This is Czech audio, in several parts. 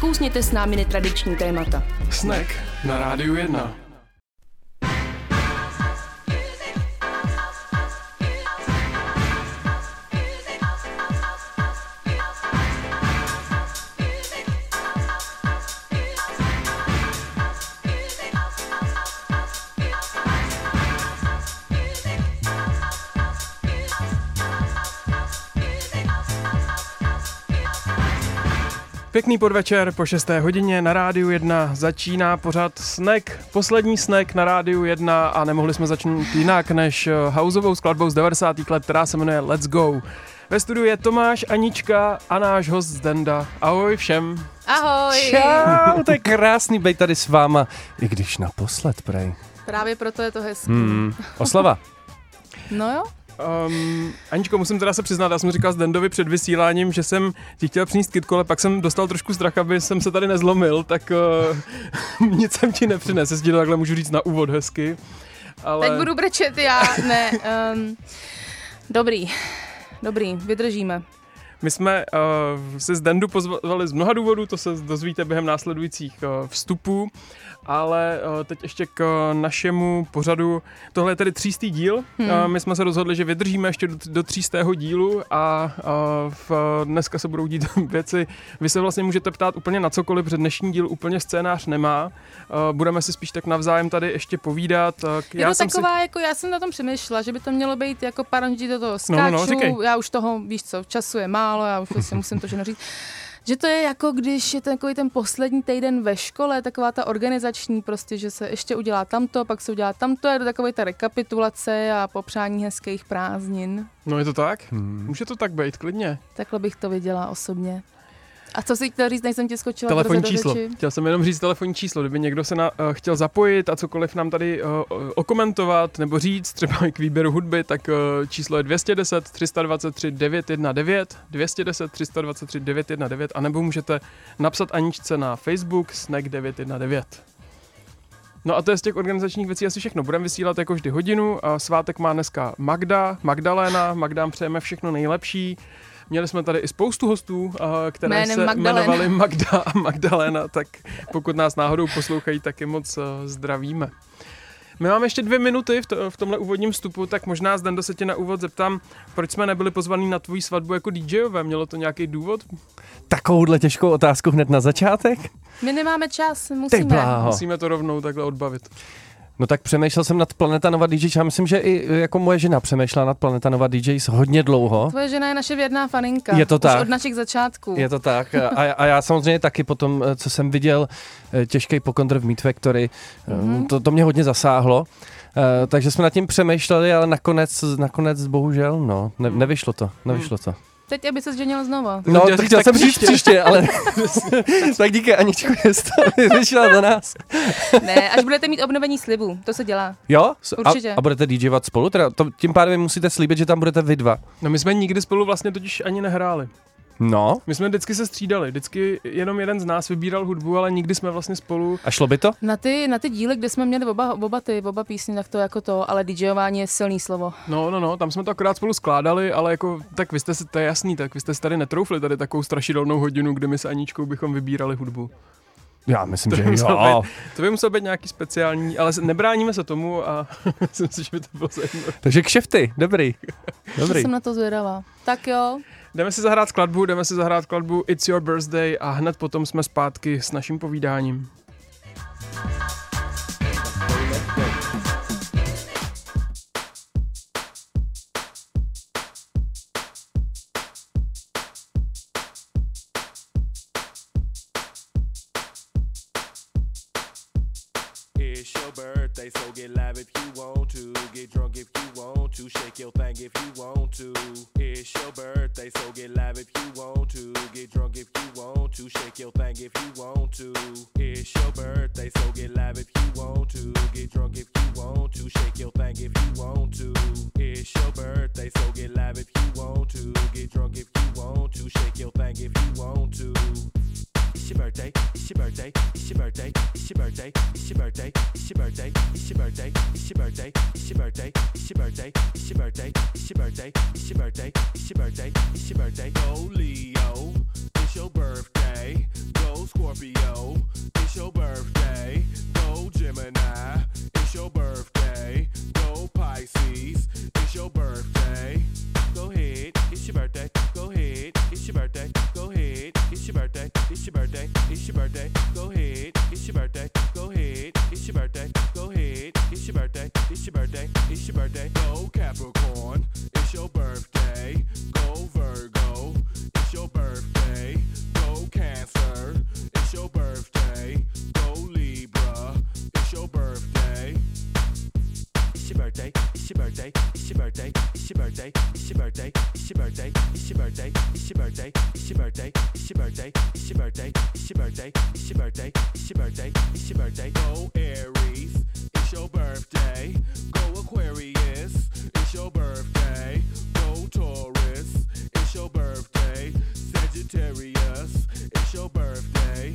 nakousněte s námi netradiční témata. Snack na Rádiu 1. Pěkný podvečer, po 6. hodině na Rádiu 1 začíná pořad Snack, poslední Snack na Rádiu 1 a nemohli jsme začít jinak než houseovou skladbou z 90. let, která se jmenuje Let's Go. Ve studiu je Tomáš, Anička a náš host Zdenda. Ahoj všem. Ahoj. Čau, to je krásný být tady s váma, i když naposled, prej. Právě proto je to hezký. Oslava. No jo. Aničko, musím teda se přiznat, já jsem říkal Zdendovi před vysíláním, že jsem ti chtěl přinést kytku, ale pak jsem dostal trošku strach, aby jsem se tady nezlomil, tak nic jsem ti nepřines, jestli ti to takhle můžu říct na úvod hezky. Ale... Teď budu brečet já, ne. Dobrý, vydržíme. My jsme si Zdendu pozvali z mnoha důvodů, to se dozvíte během následujících vstupů, ale teď ještě k našemu pořadu. Tohle je tedy 300. díl. My jsme se rozhodli, že vydržíme ještě do 300. dílu a dneska se budou dít věci. Vy se vlastně můžete ptát úplně na cokoliv, protože dnešní díl úplně scénář nemá. Budeme si spíš tak navzájem tady ještě povídat. Je to taková, jako já jsem na tom přemýšlela, že by to mělo být jako pár lidí do toho skáču. Já už toho, víš co, času je málo, já už si musím to všechno říct. Že to je jako když je to takový ten poslední týden ve škole, taková ta organizační prostě, že se ještě udělá tamto, pak se udělá tamto, je to takový ta rekapitulace a popřání hezkých prázdnin. No je to tak? Může to tak být, klidně. Takhle bych to viděla osobně. A co jsi chtěl říct, než jsem ti skočila telefonní brzo do číslo. řeči? Chtěl jsem jenom říct telefonní číslo, kdyby někdo se chtěl zapojit a cokoliv nám tady okomentovat nebo říct, třeba k výběru hudby, tak číslo je 210 323 919, 210 323 919, anebo můžete napsat Aničce na Facebook Snack 919. No a to je z těch organizačních věcí asi všechno. Budeme vysílat jako vždy hodinu. Svátek má dneska Magdalena přejeme všechno nejlepší. Měli jsme tady i spoustu hostů, které se jmenovali Magda a Magdalena, tak pokud nás náhodou poslouchají, tak je moc zdravíme. My máme ještě 2 minuty v tomhle úvodním vstupu, tak možná Zdendo se tě na úvod zeptám, proč jsme nebyli pozvaní na tvoji svatbu jako DJové? Mělo to nějaký důvod? Takovouhle těžkou otázku hned na začátek? My nemáme čas, musíme. Musíme to rovnou takhle odbavit. No tak přemýšlel jsem nad Planeta Nova DJs, já myslím, že i jako moje žena přemýšlela nad Planeta Nova DJs hodně dlouho. Tvoje žena je naše věrná faninka. Je to už tak. Od našich začátků. Je to tak. A já samozřejmě taky potom, co jsem viděl těžký pokontr v Meat Factory, to mě hodně zasáhlo. Takže jsme nad tím přemýšleli, ale nakonec bohužel, no, nevyšlo to. Teď, aby se zženil znova. No, to chtěl jsem říct příště, ale tak díky Aničku, že jsi to vyšla do nás. Ne, až budete mít obnovení slibu, to se dělá. Jo? Určitě. A budete DJovat spolu? Teda tím pádem musíte slíbit, že tam budete vy dva. No my jsme nikdy spolu vlastně totiž ani nehráli. No. My jsme vždycky se střídali, vždycky jenom jeden z nás vybíral hudbu, ale nikdy jsme vlastně spolu... A šlo by to? Na ty díly, kde jsme měli oba písně, tak to jako to, ale DJování je silný slovo. No, tam jsme to akorát spolu skládali, ale jako, tak vy jste si, to je jasný, tak vy jste si tady netroufli tady takovou strašidelnou hodinu, kdy my s Aničkou bychom vybírali hudbu. Já myslím, že jo. To by musel být nějaký speciální, ale nebráníme se tomu a myslím si, že by to bylo zajímavé. Takže kšefty, dobrý. Jsem na to zvědavá. Tak jo. Jdeme si zahrát skladbu It's Your Birthday a hned potom jsme zpátky s naším povídáním. It's your birthday, so get live if you want to. Get drunk if you want to. Shake your thing if you want to. It's your birthday, so get live if you want to. Get drunk if you want to. Shake your thing if you want to. It's your birthday, so get live if you want to. Get drunk if you want to. Shake your thing if you want to. It's your birthday, so get live if you want to. Get drunk if you want to. Shake your thing if you want to. It's your birthday, it's your birthday, it's your birthday, it's your birthday, it's your birthday, it's your birthday, it's your birthday, it's your birthday, it's your birthday, it's your birthday, it's your birthday, it's your birthday, it's your birthday, it's your birthday, it's your birthday. Go Leo, it's your birthday. Go Scorpio. it's your birthday, go ahead, it's your birthday, go ahead, it's your birthday, go ahead, it's your birthday, it's your birthday, it's your birthday, go Capricorn, it's your birthday, go Virgo, it's your birthday, go Cancer, it's your birthday, go Libra, it's your birthday. It's your birthday, it's your birthday, it's your birthday, it's your birthday, it's your birthday, it's your birthday, it's your birthday, it's your birthday, it's your birthday, it's your birthday, it's your birthday, it's your birthday, it's your birthday, it's your birthday, it's your birthday. Go Aries, it's your birthday. Go Aquarius, it's your birthday. Go Taurus, it's your birthday. Sagittarius, it's your birthday.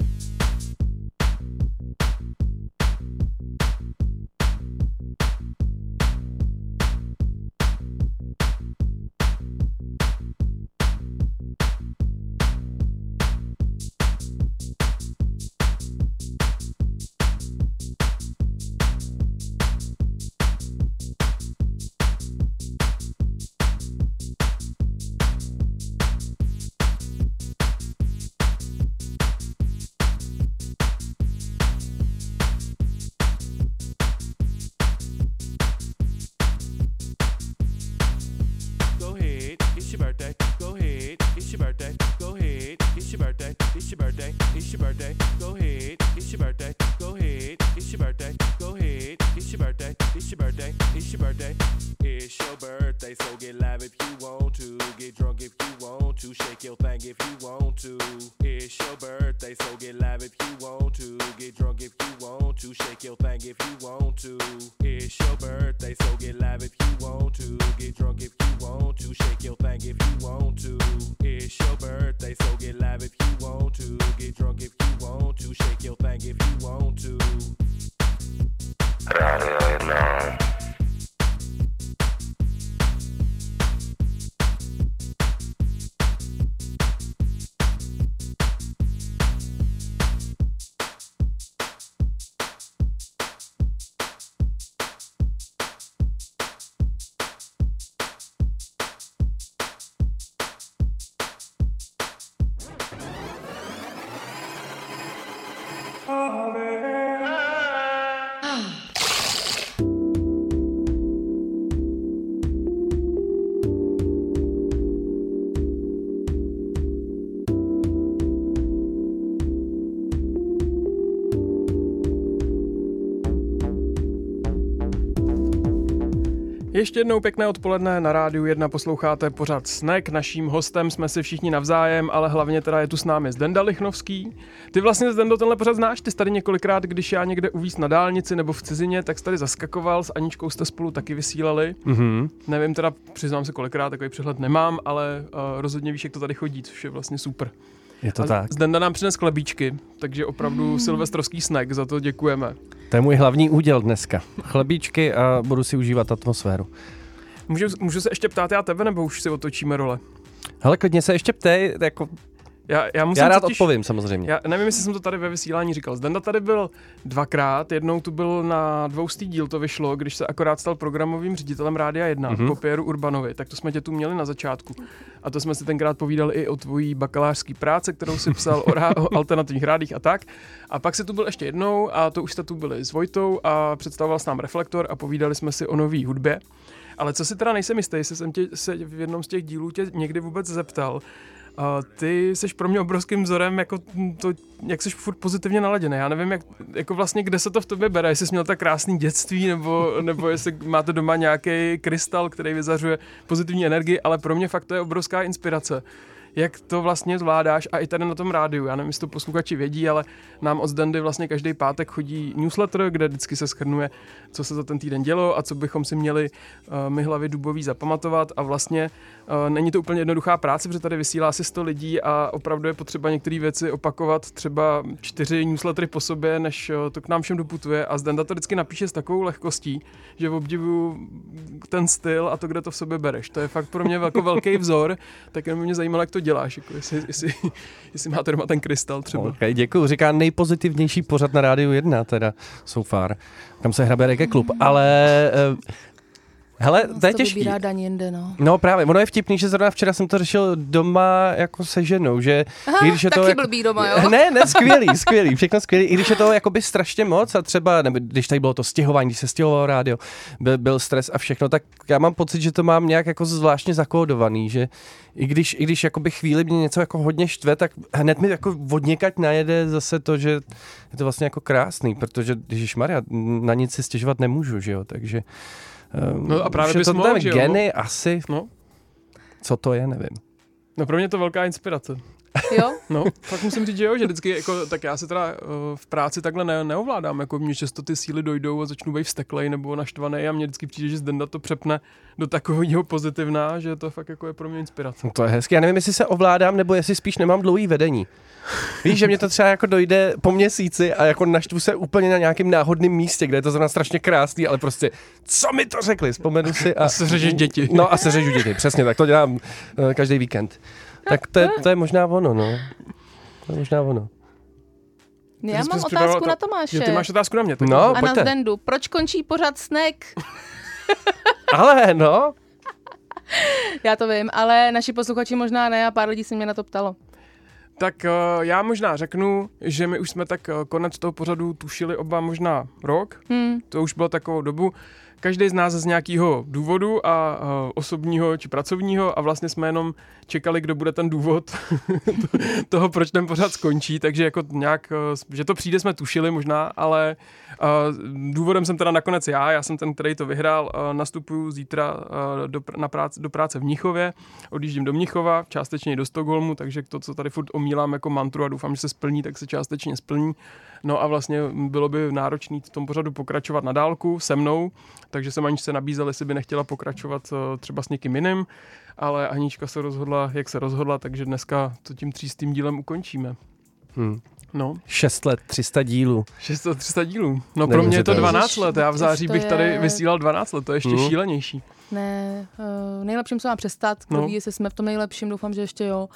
Ještě jednou pěkné odpoledne, na Rádiu 1 posloucháte pořad Snack. Naším hostem jsme si všichni navzájem, ale hlavně teda je tu s námi Zdenda Lichnovský. Ty vlastně, Zdendo, tenhle pořad znáš, ty jsi tady několikrát, když já někde uvíz na dálnici nebo v cizině, tak jsi tady zaskakoval, s Aničkou jste spolu taky vysílali. Mm-hmm. Nevím teda, přiznám se kolikrát, takový přehled nemám, ale rozhodně víš, jak to tady chodí, což je vlastně super. Je to tak. Zdenda nám přines chlebíčky, takže opravdu silvestrovský snack, za to děkujeme. To je můj hlavní úděl dneska. Chlebíčky a budu si užívat atmosféru. Můžu se ještě ptát já tebe, nebo už si otočíme role? Hele, klidně se ještě ptej, jako... Já rád odpovím, samozřejmě. Já nevím, jestli jsem to tady ve vysílání říkal. Zdenda tady byl dvakrát, jednou tu byl na 200. díl, to vyšlo, když se akorát stal programovým ředitelem Rádia 1 po Pieru Urbanovi, tak to jsme tě tu měli na začátku. A to jsme si tenkrát povídali i o tvojí bakalářské práce, kterou si psal o alternativních rádích a tak. A pak si tu byl ještě jednou a to už jste tu byli s Vojtou a představoval s nám Reflektor a povídali jsme si o nový hudbě. Ale co si teda nejsem jistý, jestli jsem tě se v jednom z těch dílů tě někdy vůbec zeptal. Ty jsi pro mě obrovským vzorem, jako to, jak jsi furt pozitivně naladěný. Já nevím, jako vlastně, kde se to v tobě bere, jestli jsi měl tak krásný dětství, nebo jestli máte doma nějaký krystal, který vyzařuje pozitivní energii, ale pro mě fakt to je obrovská inspirace. Jak to vlastně zvládáš a i tady na tom rádiu. Já nevím, jestli to posluchači vědí, ale nám od Zdendy vlastně každý pátek chodí newsletter, kde vždycky se shrnuje, co se za ten týden dělo a co bychom si měli my hlavy dubový zapamatovat a vlastně není to úplně jednoduchá práce, protože tady vysílá asi 100 lidí a opravdu je potřeba některé věci opakovat třeba 4 newslettery po sobě, než to k nám všem doputuje a Zdenda to vždycky napíše s takovou lehkostí, že obdivuju ten styl a to, kde to v sobě bereš. To je fakt pro mě jako velký vzor, tak jenom mě zajímalo, jak to děláš, jako jestli máte doma ten krystal třeba. Okay, děkuju, říká nejpozitivnější pořad na Rádiu 1, teda so far, kam se hrabe Reggae Klub, ale Hele, to je to těžký. vybírá daň jinde, no. No právě, ono je vtipný, že zrovna včera jsem to řešil doma jako se ženou, že Aha, i když je taky to jako, blbý doma, jo? Ne, skvělý, všechno skvělý, i když je to jakoby strašně moc a třeba, nebo když tady bylo to stěhování, když se stěhovalo rádio, byl stres a všechno, tak já mám pocit, že to mám nějak jako zvláštně zakódovaný, že i když jakoby chvíli mě něco jako hodně štve, tak hned mi jako odněkať najede zase to, že je to vlastně jako krásný, protože ježišmarja, na nic si stěžovat nemůžu, že jo, takže no a právě bys mohl, že jo? Geny asi, no. Co to je, nevím. No pro mě je to velká inspirace. Jo? No, fakt musím říct, že jo, že vždycky, jako, tak já se teda v práci takhle neovládám, jako mě často ty síly dojdou a začnu být vzteklej nebo naštvaný a mně vždycky přijde, že Zdenda to přepne do takového pozitivna, že to fakt jako je pro mě inspirace. No to je hezky, já nevím, jestli se ovládám, nebo jestli spíš nemám dlouhý vedení. Víš, že mě to třeba jako dojde po měsíci a jako naštvu se úplně na nějakém náhodném místě, kde je to zrovna strašně krásný, ale prostě, co mi to řekli, vzpomenu si a seřežeš děti. No a seřežu děti, přesně tak, to dělám každý víkend. Tak to je možná ono, no. To je možná ono. Já mám otázku na Tomáše. Ty máš otázku na mě. Tak no, a pojďte. na Zdendu. Proč končí pořad Snack? Ale no. Já to vím, ale naši posluchači možná ne a pár lidí se mě na to ptalo. Tak já možná řeknu, že my už jsme tak konec toho pořadu tušili oba možná rok. To už bylo takovou dobu. Každý z nás z nějakého důvodu a osobního či pracovního a vlastně jsme jenom čekali, kdo bude ten důvod toho, proč ten pořad skončí, takže jako nějak, že to přijde, jsme tušili možná, ale důvodem jsem teda nakonec já jsem ten, který to vyhrál, nastupuju zítra do práce v Mnichově, odjíždím do Mnichova, částečně i do Stockholmu, takže to, co tady furt omílám jako mantru a doufám, že se splní, tak se částečně splní. No a vlastně bylo by náročné v tom pořadu pokračovat na dálku se mnou, takže jsem Aničce nabízel, jestli by nechtěla pokračovat třeba s někým jiným, ale Anička se rozhodla, jak se rozhodla, takže dneska to tím 300. dílem ukončíme. No. 6 let, 300 dílů. 300 dílů. No pro mě je to 12 let, já v září bych tady vysílal 12 let, to je ještě šílenější. Ne, nejlepším se má přestat, kdo ví, jestli jsme v tom nejlepším, doufám, že ještě jo.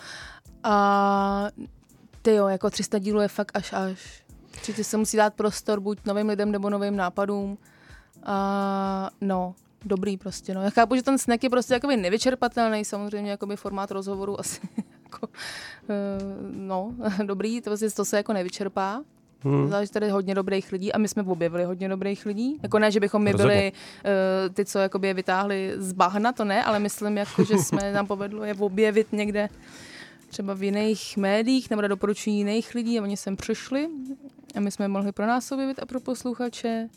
A tyjo, jako 300 dílů je fakt až. Určitě se musí dát prostor buď novým lidem nebo novým nápadům. No, dobrý prostě, no. Já chápu, že ten snack je prostě jakoby nevyčerpatelný, samozřejmě jakoby formát rozhovoru asi jako, no, dobrý, to se jako nevyčerpá. Záleží tady hodně dobrých lidí a my jsme objevili hodně dobrých lidí. Jako ne, že bychom my byli ty, co jakoby je vytáhli z bahna, to ne, ale myslím, jako, že jsme nám povedlo je objevit někde třeba v jiných médiích nebo doporučují jiných lidí a oni sem přišli a my jsme mohli pro nás objevit a pro posluchače.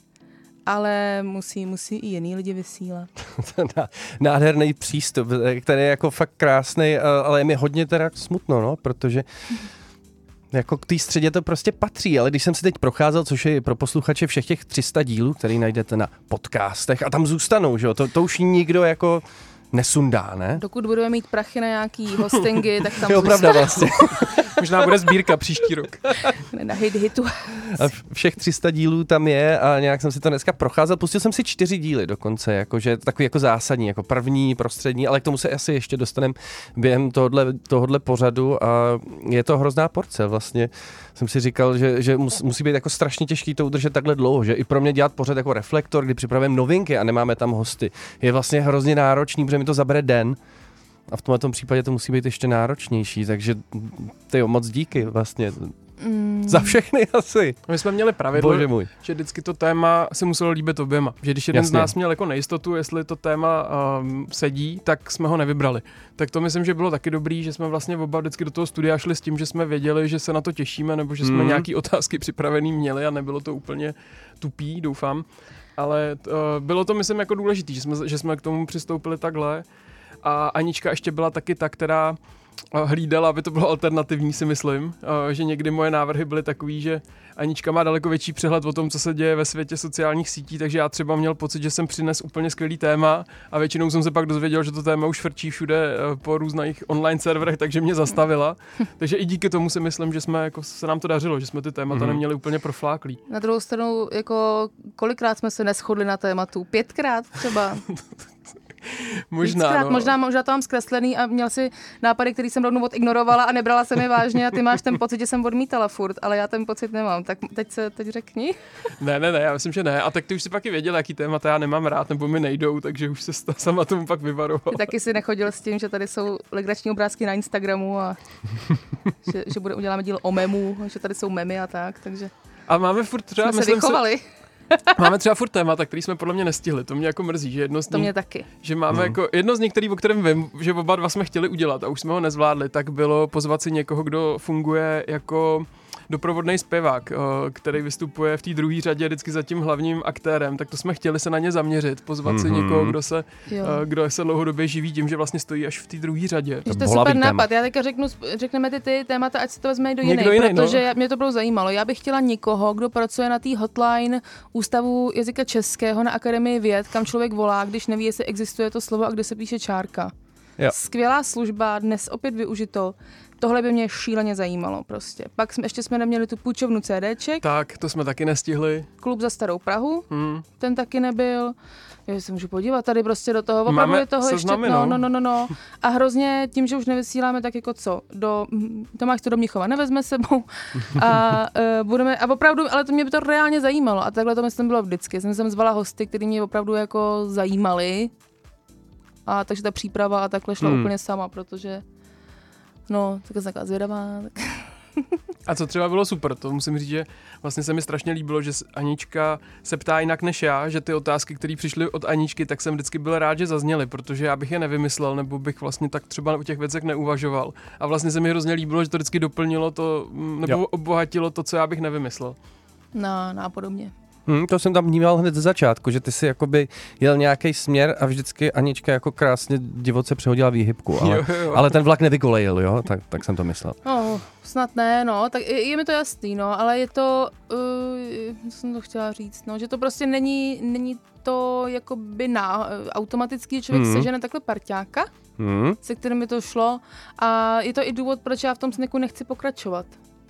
Ale musí i jiný lidi vysílat. Nádherný přístup, který je jako fakt krásný, ale je mi hodně teda smutno, no, protože jako k té středě to prostě patří, ale když jsem si teď procházel, což je pro posluchače všech těch 300 dílů, který najdete na podcastech a tam zůstanou, že jo, to už nikdo jako nesundá, ne? Dokud budeme mít prachy na nějaký hostingy, tak tam je opravda vlastně. Možná bude sbírka příští rok. Na hitu. A všech 300 dílů tam je a nějak jsem si to dneska procházel. Pustil jsem si 4 díly dokonce, jakože takový jako zásadní, jako první, prostřední, ale k tomu se asi ještě dostaneme během tohodle pořadu a je to hrozná porce vlastně. Jsem si říkal, že musí být jako strašně těžký to udržet takhle dlouho, že i pro mě dělat pořad jako Reflektor, kdy připravujeme novinky a nemáme tam hosty, je vlastně hrozně náročný, protože mi to zabere den. A v tomto případě to musí být ještě náročnější, takže tyjo, moc díky vlastně. Za všechny asi. My jsme měli pravidlo, že vždycky to téma se muselo líbit oběma. Že když jeden z nás měl jako nejistotu, jestli to téma sedí, tak jsme ho nevybrali. Tak to myslím, že bylo taky dobrý, že jsme vlastně oba vždycky do toho studia šli s tím, že jsme věděli, že se na to těšíme, nebo že jsme nějaký otázky připravený měli a nebylo to úplně tupý, doufám. Ale bylo to, myslím, jako důležitý, že jsme k tomu přistoupili takhle. A Anička ještě byla taky ta, která hlídala, aby to bylo alternativní, si myslím, že někdy moje návrhy byly takový, že Anička má daleko větší přehled o tom, co se děje ve světě sociálních sítí, takže já třeba měl pocit, že jsem přines úplně skvělý téma a většinou jsem se pak dozvěděl, že to téma už frčí všude po různých online serverech, takže mě zastavila. Takže i díky tomu si myslím, že jsme, jako, se nám to dařilo, že jsme ty témata neměli úplně profláklý. Na druhou stranu, jako kolikrát jsme se neshodli na tématu? 5krát třeba? Možná, no. možná to mám zkreslený a měl si nápady, který jsem rovnou odignorovala a nebrala se mi vážně a ty máš ten pocit, že jsem odmítala furt, ale já ten pocit nemám. Tak teď řekni. Ne, já myslím, že ne. A tak ty už si pak i věděl, jaký témata já nemám rád, nebo mi nejdou, takže už se sama tomu pak vyvaroval. Ty taky si nechodil s tím, že tady jsou legrační obrázky na Instagramu a že uděláme díl o memu, že tady jsou memy a tak, takže... A máme furt třeba, máme třeba furt témata, který jsme podle mě nestihli. To mě jako mrzí, že jedno z nich, to mě taky. Že máme jako jedno z nich, o kterém vím, že oba dva jsme chtěli udělat a už jsme ho nezvládli, tak bylo pozvat si někoho, kdo funguje jako doprovodný zpěvák, který vystupuje v té druhé řadě vždycky za tím hlavním aktérem, tak to jsme chtěli se na ně zaměřit, pozvat si někoho, kdo se dlouhodobě živí tím, že vlastně stojí až v té druhé řadě. To je super nápad. Já teďka řekneme ty témata, ať si to vezme do jiný, protože mě to bylo zajímalo. Já bych chtěla někoho, kdo pracuje na té hotline Ústavu jazyka českého na Akademii věd, kam člověk volá, když neví, jestli existuje to slovo a kde se píše čárka. Jo. Skvělá služba, dnes opět využito. Tohle by mě šíleně zajímalo prostě. Pak jsme neměli tu půjčovnu CDček. Tak, to jsme taky nestihli. Klub za starou Prahu, ten taky nebyl. Já se můžu podívat tady prostě do toho. Opravdu je toho seznamy, ještě, no. A hrozně tím, že už nevysíláme, tak jako co, Tomáš to do Mnichova nevezme sebou a budeme, a opravdu, ale to mě by to reálně zajímalo a takhle to myslím bylo vždycky. Jsem zvala hosty, který mě opravdu jako zajímali a takže ta příprava a takhle šla úplně sama, protože tak jsem taková zvědavá. Tak. A co třeba bylo super, to musím říct, že vlastně se mi strašně líbilo, že Anička se ptá jinak než já, že ty otázky, které přišly od Aničky, tak jsem vždycky byl rád, že zazněly, protože já bych je nevymyslel, nebo bych vlastně tak třeba o těch věcech neuvažoval. A vlastně se mi hrozně líbilo, že to vždycky doplnilo to, nebo obohatilo to, co já bych nevymyslel. Podobně. To jsem tam vnímal hned ze začátku, že ty si jakoby jel nějaký směr a vždycky Anička jako krásně divoce přehodila výhybku, ale ten vlak nevykolejil, jo, tak jsem to myslel. Snad ne, tak je mi to jasný, ale je to, jsem to chtěla říct, že to prostě není to jakoby automaticky člověk sežene takhle parťáka, se kterým mi to šlo a je to i důvod, proč já v tom sneku nechci pokračovat.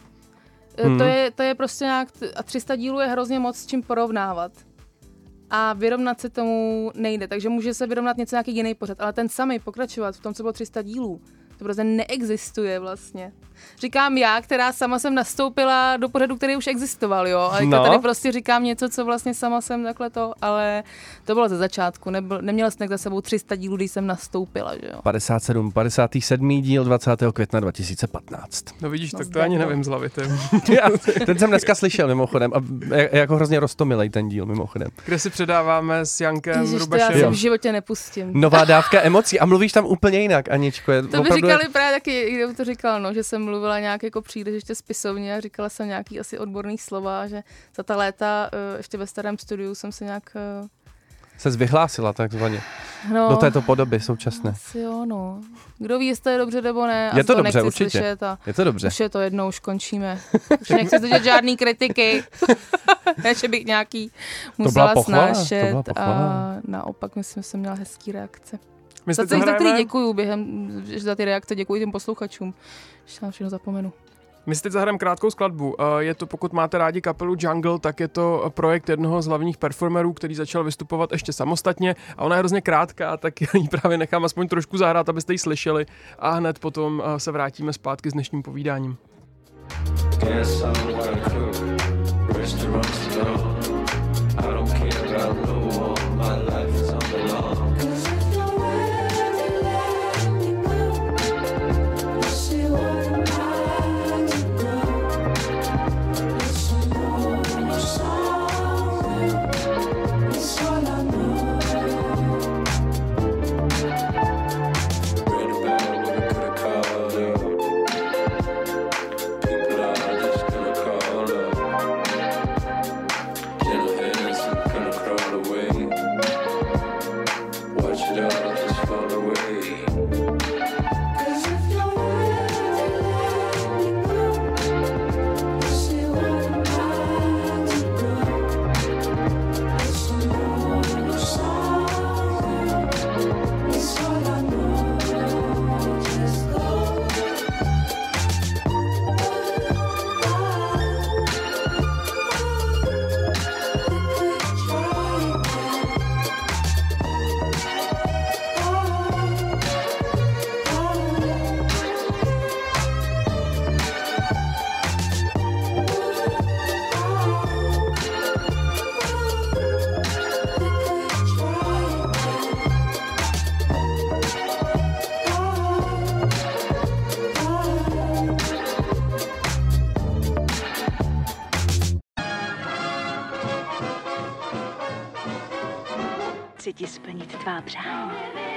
To je prostě nějak, a 300 dílů je hrozně moc s čím porovnávat. A vyrovnat se tomu nejde, takže může se vyrovnat něco nějaký jiný pořad, ale ten samý pokračovat v tom, co bylo 300 dílů, to prostě neexistuje vlastně. Říkám já, která sama jsem nastoupila do pořadu, který už existoval, jo. A tady prostě říkám něco, co vlastně sama jsem takhle to, ale to bylo ze začátku. Neměla jsem za sebou 300 dílů, když jsem nastoupila, že jo. 57. díl 20. května 2015. No vidíš, tak to ani nevím z hlavy. Ten jsem dneska slyšel mimochodem a jako hrozně roztomilej ten díl mimochodem. Kde si předáváme s Jankem Rubašem. Já se v životě nepustím. Nová dávka emocí a mluvíš tam úplně jinak, Aničko. To by říkali právě taky, kdo to říkal, že jsem mluvila nějak jako přijdeš ještě spisovně a říkala jsem nějaký asi odborný slova, že za ta léta ještě ve starém studiu jsem se nějak... Se vyhlásila takzvaně do této podoby současné. Asi jo, Kdo ví, jestli je dobře nebo ne. Je to dobře, nechci určitě. Slyšet a je to dobře. Už je to jednou, už končíme. Už nechci slyšet žádný kritiky. Ne, že bych nějaký musela snášet. A naopak myslím, že jsem měla hezký reakce. Za který děkuju za ty reakce, děkuji těm posluchačům. Ještě na všechno zapomenu. My si teď zahrajeme krátkou skladbu. Je to, pokud máte rádi kapelu Jungle, tak je to projekt jednoho z hlavních performerů, který začal vystupovat ještě samostatně a ona je hrozně krátká, tak ji právě nechám aspoň trošku zahrát, abyste ji slyšeli a hned potom se vrátíme zpátky s dnešním povídáním. Chci ti splnit tvá přání.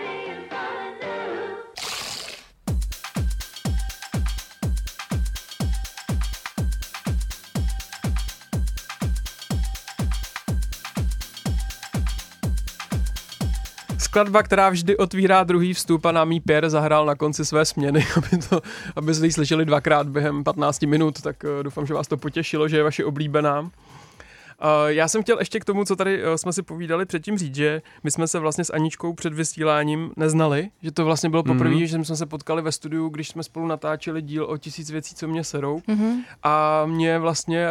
Skladba, která vždy otvírá druhý vstup a nám jí Pierre zahrál na konci své směny, aby jste ji slyšeli 2krát během 15 minut, tak doufám, že vás to potěšilo, že je vaše oblíbená. Já jsem chtěl ještě k tomu, co tady jsme si povídali předtím říct, že my jsme se vlastně s Aničkou před vysíláním neznali, že to vlastně bylo poprvé, že jsme se potkali ve studiu, když jsme spolu natáčeli díl o 1000 věcí, co mě serou. A mě vlastně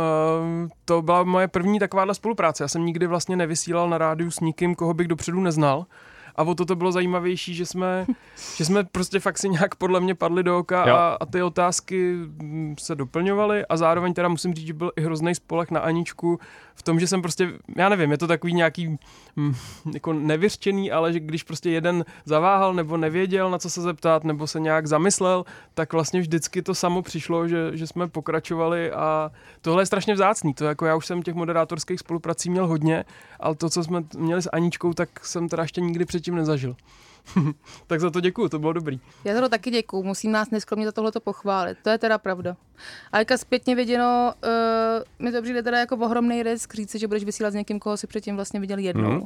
to byla moje první takováhle spolupráce. Já jsem nikdy vlastně nevysílal na rádiu s nikým, koho bych dopředu neznal. A o to bylo zajímavější, že jsme prostě fakt si nějak podle mě padli do oka a ty otázky se doplňovaly a zároveň teda musím říct, že byl i hrozný spoleh na Aničku v tom, že jsem prostě, já nevím, je to takový nějaký jako nevyřčený, ale že když prostě jeden zaváhal nebo nevěděl, na co se zeptat, nebo se nějak zamyslel, tak vlastně vždycky to samo přišlo, že jsme pokračovali a tohle je strašně vzácný. To jako já už jsem těch moderátorských spoluprací měl hodně, ale to, co jsme měli s Aničkou, tak jsem teda ještě nikdy předtím nezažil. Tak za to děkuju, to bylo dobrý. Já za to taky děkuju, musím nás neskromně za tohleto pochválit, to je teda pravda. A jaká zpětně viděno, mi to přijde teda jako ohromnej risk říct si, že budeš vysílat s někým, koho si předtím vlastně viděl jednou.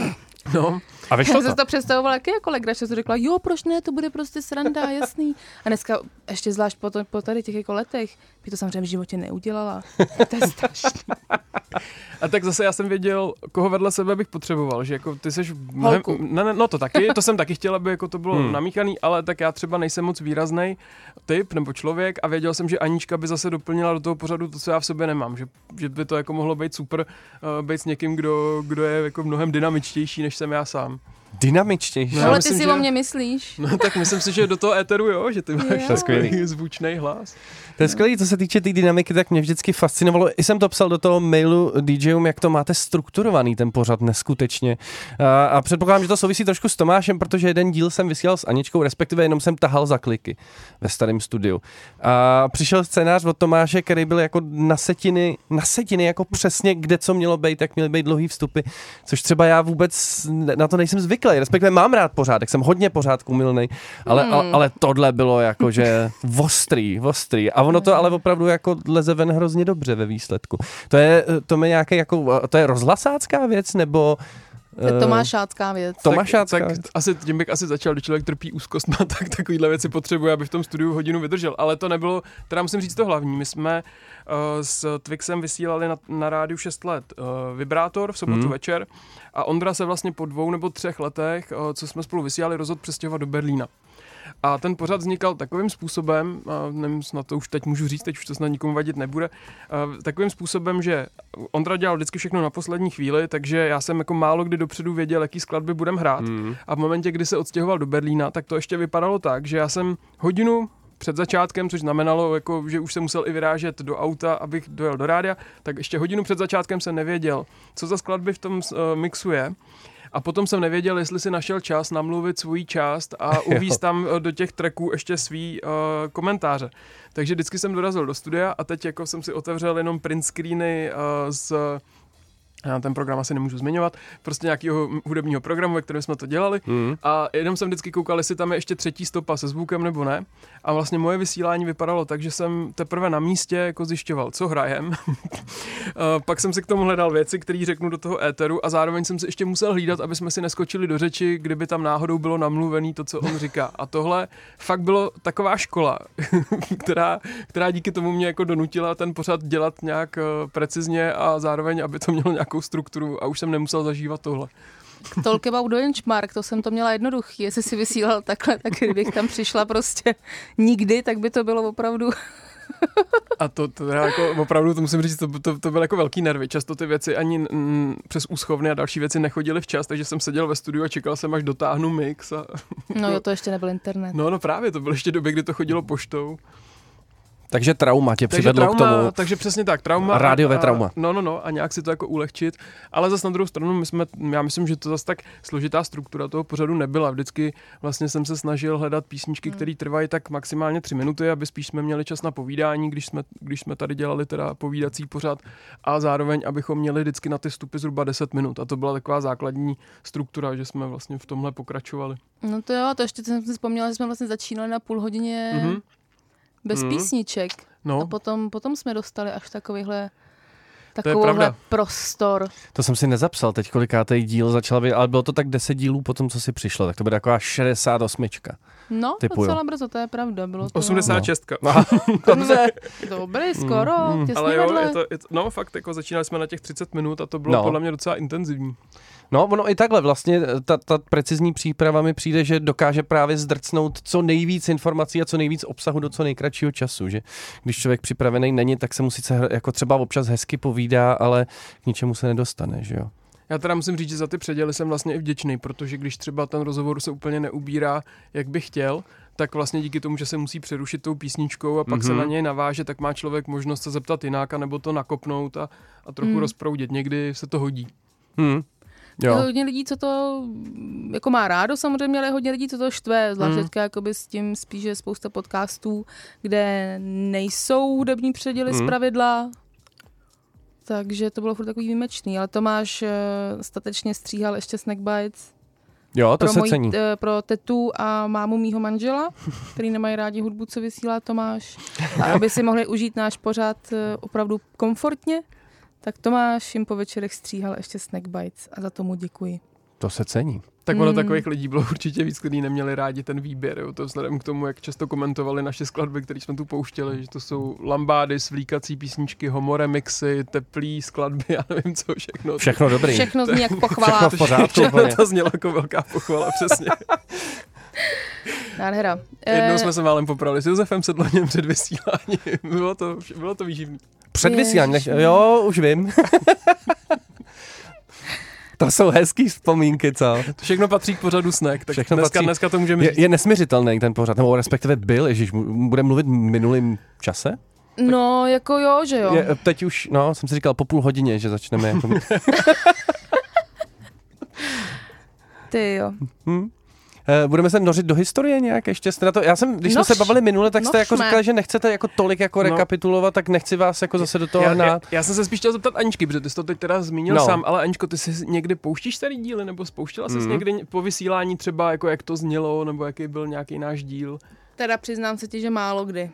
No. A vyšlo to? Já jsem to představovala jako legrač, že to řekla, jo, proč ne, to bude prostě sranda, jasný. A dneska ještě zvlášť po tady těch jako letech, by to samozřejmě v životě neudělala. To je strašný. A tak zase já jsem věděl, koho vedle sebe bych potřeboval, že jako ty seš mnohem, no to taky, to jsem taky chtěl, aby jako to bylo namíchaný, ale tak já třeba nejsem moc výraznej typ nebo člověk a věděl jsem, že Anička by zase doplnila do toho pořadu to, co já v sobě nemám, že by to jako mohlo být super být s někým, kdo je jako mnohem dynamičtější, než jsem já sám. Dynamičtější. No, ale ty si o mě myslíš. No tak myslím si, že do toho éteru jo, že ty máš zvučný hlas. To je skvělý, co se týče té dynamiky, tak mě vždycky fascinovalo. I jsem to psal do toho mailu DJům, jak to máte strukturovaný ten pořad neskutečně. A předpokládám, že to souvisí trošku s Tomášem, protože jeden díl jsem vysílal s Aničkou, respektive jenom jsem tahal za kliky ve starém studiu. A přišel scénář od Tomáše, který byl jako na setiny jako přesně, kde co mělo být, jak měly být dlouhý vstupy, což třeba já vůbec na to nejsem zvyklý. Respektive mám rád pořádek, jsem hodně pořádku milnej, ale tohle bylo jakože ostrý. A ono to ale opravdu jako leze ven hrozně dobře ve výsledku. To je rozhlasácká věc, nebo... Tomášácká věc. Tak asi tím bych asi začal, když člověk trpí úzkostma, tak takovýhle věci potřebuje, aby v tom studiu hodinu vydržel. Ale to nebylo, teda musím říct to hlavní. My jsme s Twixem vysílali na rádiu 6 let Vibrátor v sobotu večer a Ondra se vlastně po 2 nebo 3 letech, co jsme spolu vysílali, rozhodl přestěhovat do Berlína. A ten pořad vznikal takovým způsobem, nevím, snad to už teď můžu říct, teď už to snad nikomu vadit nebude, takovým způsobem, že Ondra dělal vždycky všechno na poslední chvíli, takže já jsem jako málo kdy dopředu věděl, jaký skladby budem hrát. A v momentě, kdy se odstěhoval do Berlína, tak to ještě vypadalo tak, že já jsem hodinu před začátkem, což znamenalo, jako, že už jsem musel i vyrážet do auta, abych dojel do rádia, tak ještě hodinu před začátkem jsem nevěděl, co za skladby v tom mixu je. A potom jsem nevěděl, jestli si našel čas namluvit svou část a uvízt tam do těch tracků ještě svý komentáře. Takže vždycky jsem dorazil do studia a teď jako jsem si otevřel jenom print screeny z... ten program asi nemůžu zmiňovat, prostě nějakého hudebního programu, ve kterém jsme to dělali a jenom jsem vždycky koukal, jestli tam je ještě třetí stopa se zvukem nebo ne a vlastně moje vysílání vypadalo tak, že jsem teprve na místě jako zjišťoval, co hrajem. Pak jsem si k tomu hledal věci, které řeknu do toho éteru a zároveň jsem si ještě musel hlídat, aby jsme si neskočili do řeči, kdyby tam náhodou bylo namluvený to, co on říká. A tohle fakt bylo taková škola, která díky tomu mě jako donutila ten pořad dělat nějak precizně a zároveň, aby to mělo nějakou strukturu a už jsem nemusel zažívat tohle. Talk about benchmark, to jsem to měla jednoduchý. Jestli si vysílal takhle, tak kdybych tam přišla prostě nikdy, tak by to bylo opravdu... A to jako opravdu, to musím říct, to byl jako velký nervy. Často ty věci ani přes úschovny a další věci nechodily včas, takže jsem seděl ve studiu a čekal jsem, až dotáhnu mix. No jo, to ještě nebyl internet. No právě, to bylo ještě doby, kdy to chodilo poštou. Takže trauma tě přivedlo k tomu. Takže přesně tak, trauma. Rádiové trauma. No, a nějak si to jako ulehčit. Ale zase na druhou stranu, já myslím, že to zase tak složitá struktura toho pořadu nebyla. Vždycky vlastně jsem se snažil hledat písničky, které trvají tak maximálně 3 minuty, aby spíš jsme měli čas na povídání, když jsme tady dělali teda povídací pořad, a zároveň, abychom měli vždycky na ty vstupy zhruba 10 minut. A to byla taková základní struktura, že jsme vlastně v tomhle pokračovali. No to jo, to ještě jsem si vzpomněla, že jsme vlastně začínali na půl hodině bez písniček. No. A potom jsme dostali až takovýhle prostor. To jsem si nezapsal teď, kolikátej díl začala být, ale bylo to tak 10 dílů potom, co si přišlo, tak to bude taková 68. No, docela brzo, to je pravda. Bylo to 86. No. Dobře. Dobrý, skoro, těsně ale jo, vedle. No fakt, jako začínali jsme na těch 30 minut a to bylo podle mě docela intenzivní. No, ono i takhle vlastně, ta precizní příprava mi přijde, že dokáže právě zdrcnout co nejvíc informací a co nejvíc obsahu do co nejkratšího času, že když člověk připravený není, tak se mu sice jako třeba občas hezky povídá, ale k ničemu se nedostane, že jo. Já teda musím říct, že za ty předěly jsem vlastně i vděčný, protože když třeba ten rozhovor se úplně neubírá, jak bych chtěl, tak vlastně díky tomu, že se musí přerušit tou písničkou a pak se na něj naváže, tak má člověk možnost se zeptat jinak, nebo to nakopnout a trochu rozproudit. Někdy se to hodí. Jo. Je hodně lidí, co to jako má rádo samozřejmě, ale je hodně lidí, co to štve. Zvlášť jakoby s tím spíš, že spousta podcastů, kde nejsou hudební předěly zpravidla. Takže to bylo furt takový výjimečný. Ale Tomáš statečně stříhal ještě Snackbites. Jo, to se cení. Pro tetu a mámu mýho manžela, který nemají rádi hudbu, co vysílá Tomáš. A aby si mohli užít náš pořad opravdu komfortně, tak Tomáš jim po večerech stříhal ještě Snackbites a za tomu děkuji. To se cení. Tak ono takových lidí bylo určitě víc, kteří neměli rádi ten výběr. Jo. To vzhledem k tomu, jak často komentovali naše skladby, které jsme tu pouštěli, že to jsou lambády, svlíkací písničky, homoremixy, teplý skladby, já nevím co všechno. Všechno dobrý. Všechno zní jak pochvala. Všechno v pořádku. Všechno to znělo jako velká pochvala, přesně. Nádhera. Jednou jsme se málem poprali s Josefem Sedloněm před vysíláním. Bylo to výživný. Před vysíláním? Jo, už vím. To jsou hezký vzpomínky, co? To všechno patří k pořadu Snack, tak dneska to můžeme říct. Je nesměřitelný ten pořad, nebo respektive byl, ježiš, bude mluvit v minulým čase? No, jako jo, že jo. Teď už, jsem si říkal po půl hodině, že začneme jako... Ty jo. Budeme se nořit do historie nějak ještě? Jste na to, když jsme se bavili minule, tak jste jako říkali, že nechcete jako tolik jako rekapitulovat, tak nechci vás jako zase do toho hnát. Já jsem se spíš chtěl zeptat Aničky, protože ty jsi to teď teda zmínil sám, ale Aničko, ty si někdy pouštíš starý díly, nebo spouštěla jsi někdy po vysílání třeba, jako jak to znělo, nebo jaký byl nějaký náš díl? Teda přiznám se ti, že málo kdy.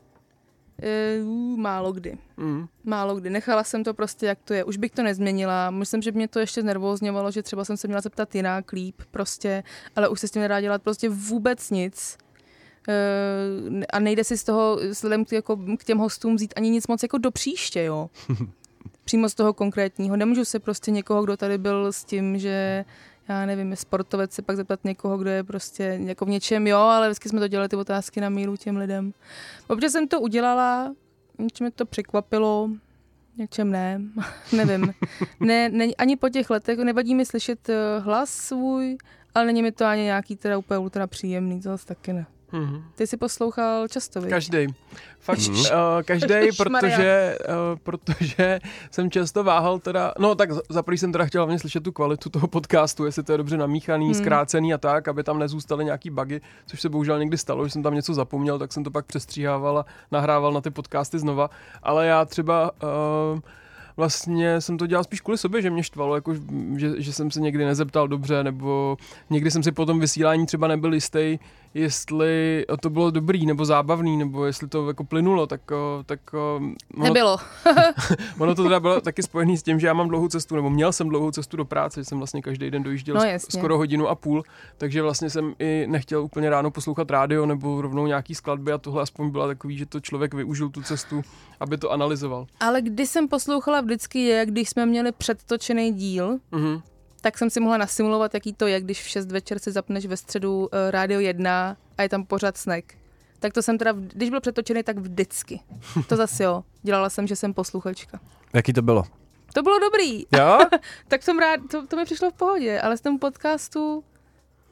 Málo kdy. Nechala jsem to prostě, jak to je. Už bych to nezměnila. Myslím, že mě to ještě znervózňovalo, že třeba jsem se měla zeptat jinak, líp prostě, ale už se s tím nedá dělat prostě vůbec nic. A nejde si z toho, vzhledem k těm hostům vzít ani nic moc jako do příště, jo. Přímo z toho konkrétního. Nemůžu se prostě někoho, kdo tady byl s tím, že já nevím, je sportovec, se pak zeptat někoho, kdo je prostě jako v něčem, jo, ale vždycky jsme to dělali ty otázky na míru těm lidem. Občas jsem to udělala, něčem mě to překvapilo, něčem ne, nevím. Ne, ani po těch letech, nevadí mi slyšet hlas svůj, ale není mi to ani nějaký teda úplně ultra příjemný, to zase taky ne. Ty jsi poslouchal často, víš? Každý. Fakt každý, protože jsem často váhal teda, no tak za prvý jsem teda chtěl hlavně slyšet tu kvalitu toho podcastu, jestli to je dobře namíchaný, zkrácený a tak, aby tam nezůstaly nějaký bugy, což se bohužel někdy stalo, že jsem tam něco zapomněl, tak jsem to pak přestříhával a nahrával na ty podcasty znova, ale já třeba... Vlastně jsem to dělal spíš kvůli sobě, že mě štvalo, jako, že jsem se někdy nezeptal dobře, nebo někdy jsem si po tom vysílání třeba nebyl jistý, jestli to bylo dobrý, nebo zábavný, nebo jestli to jako plynulo, tak nebylo. Ono to teda bylo taky spojený s tím, že já mám dlouhou cestu, nebo měl jsem dlouhou cestu do práce, že jsem vlastně každý den dojížděl skoro 1,5 hodiny, takže vlastně jsem i nechtěl úplně ráno poslouchat rádio, nebo rovnou nějaký skladby a tohle aspoň byla takový, že to člověk využil tu cestu, aby to analyzoval. Ale když jsem poslouchala vždycky je, když jsme měli předtočený díl, tak jsem si mohla nasimulovat, jaký to je, když v 6 večer si zapneš ve středu Rádio 1 a je tam pořád Snack. Tak to jsem teda, když byl přetočený, tak vždycky. To zase jo. Dělala jsem, že jsem posluchačka. Jaký to bylo? To bylo dobrý. Jo? Tak jsem rád, to mi přišlo v pohodě, ale z tomu podcastu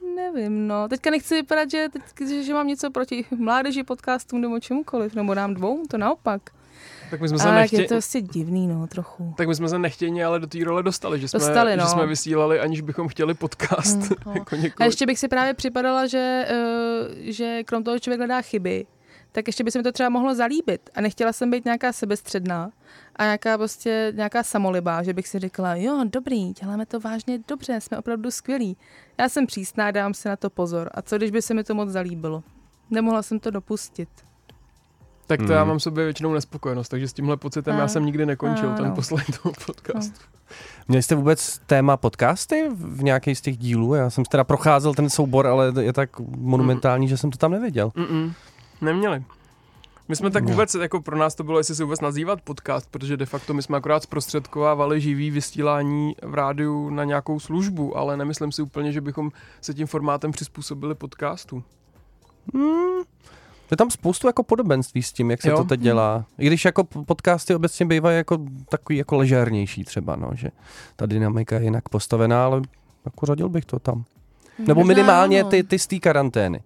Nevím, no. Teďka nechci vypadat, že mám něco proti mládeži, podcastům nebo čemukoliv, nebo nám dvou, to naopak. Tak my jsme se je to asi divný, no, trochu. Tak my jsme se nechtěně ale do té role dostali, že jsme vysílali, aniž bychom chtěli podcast. Jako a ještě bych si právě připadala, že krom toho člověk hledá chyby, tak ještě by se mi to třeba mohlo zalíbit. A nechtěla jsem být nějaká sebestředná a nějaká samolibá, že bych si řekla, jo, dobrý, děláme to vážně dobře, jsme opravdu skvělí. Já jsem přísná, dám si na to pozor. A co, když by se mi to moc zalíbilo? Nemohla jsem to dopustit. Tak to já mám sobě většinou nespokojenost, takže s tímhle pocitem já jsem nikdy nekončil ten poslední podcast. Měli jste vůbec téma podcasty v nějakých z těch dílů? Já jsem teda procházel ten soubor, ale je tak monumentální, že jsem to tam nevěděl. Neměli. My jsme tak vůbec, jako pro nás to bylo, jestli se vůbec nazývat podcast, protože de facto my jsme akorát zprostředkovávali živý vysílání v rádiu na nějakou službu, ale nemyslím si úplně, že bychom se tím formátem přizpůsobili podcastu. Je tam spoustu jako podobenství s tím, jak se to teď dělá. I když jako podcasty obecně bývají jako takový jako ležérnější třeba, no, že ta dynamika je jinak postavená, ale jako řadil bych to tam. Nebo minimálně ty z té karantény.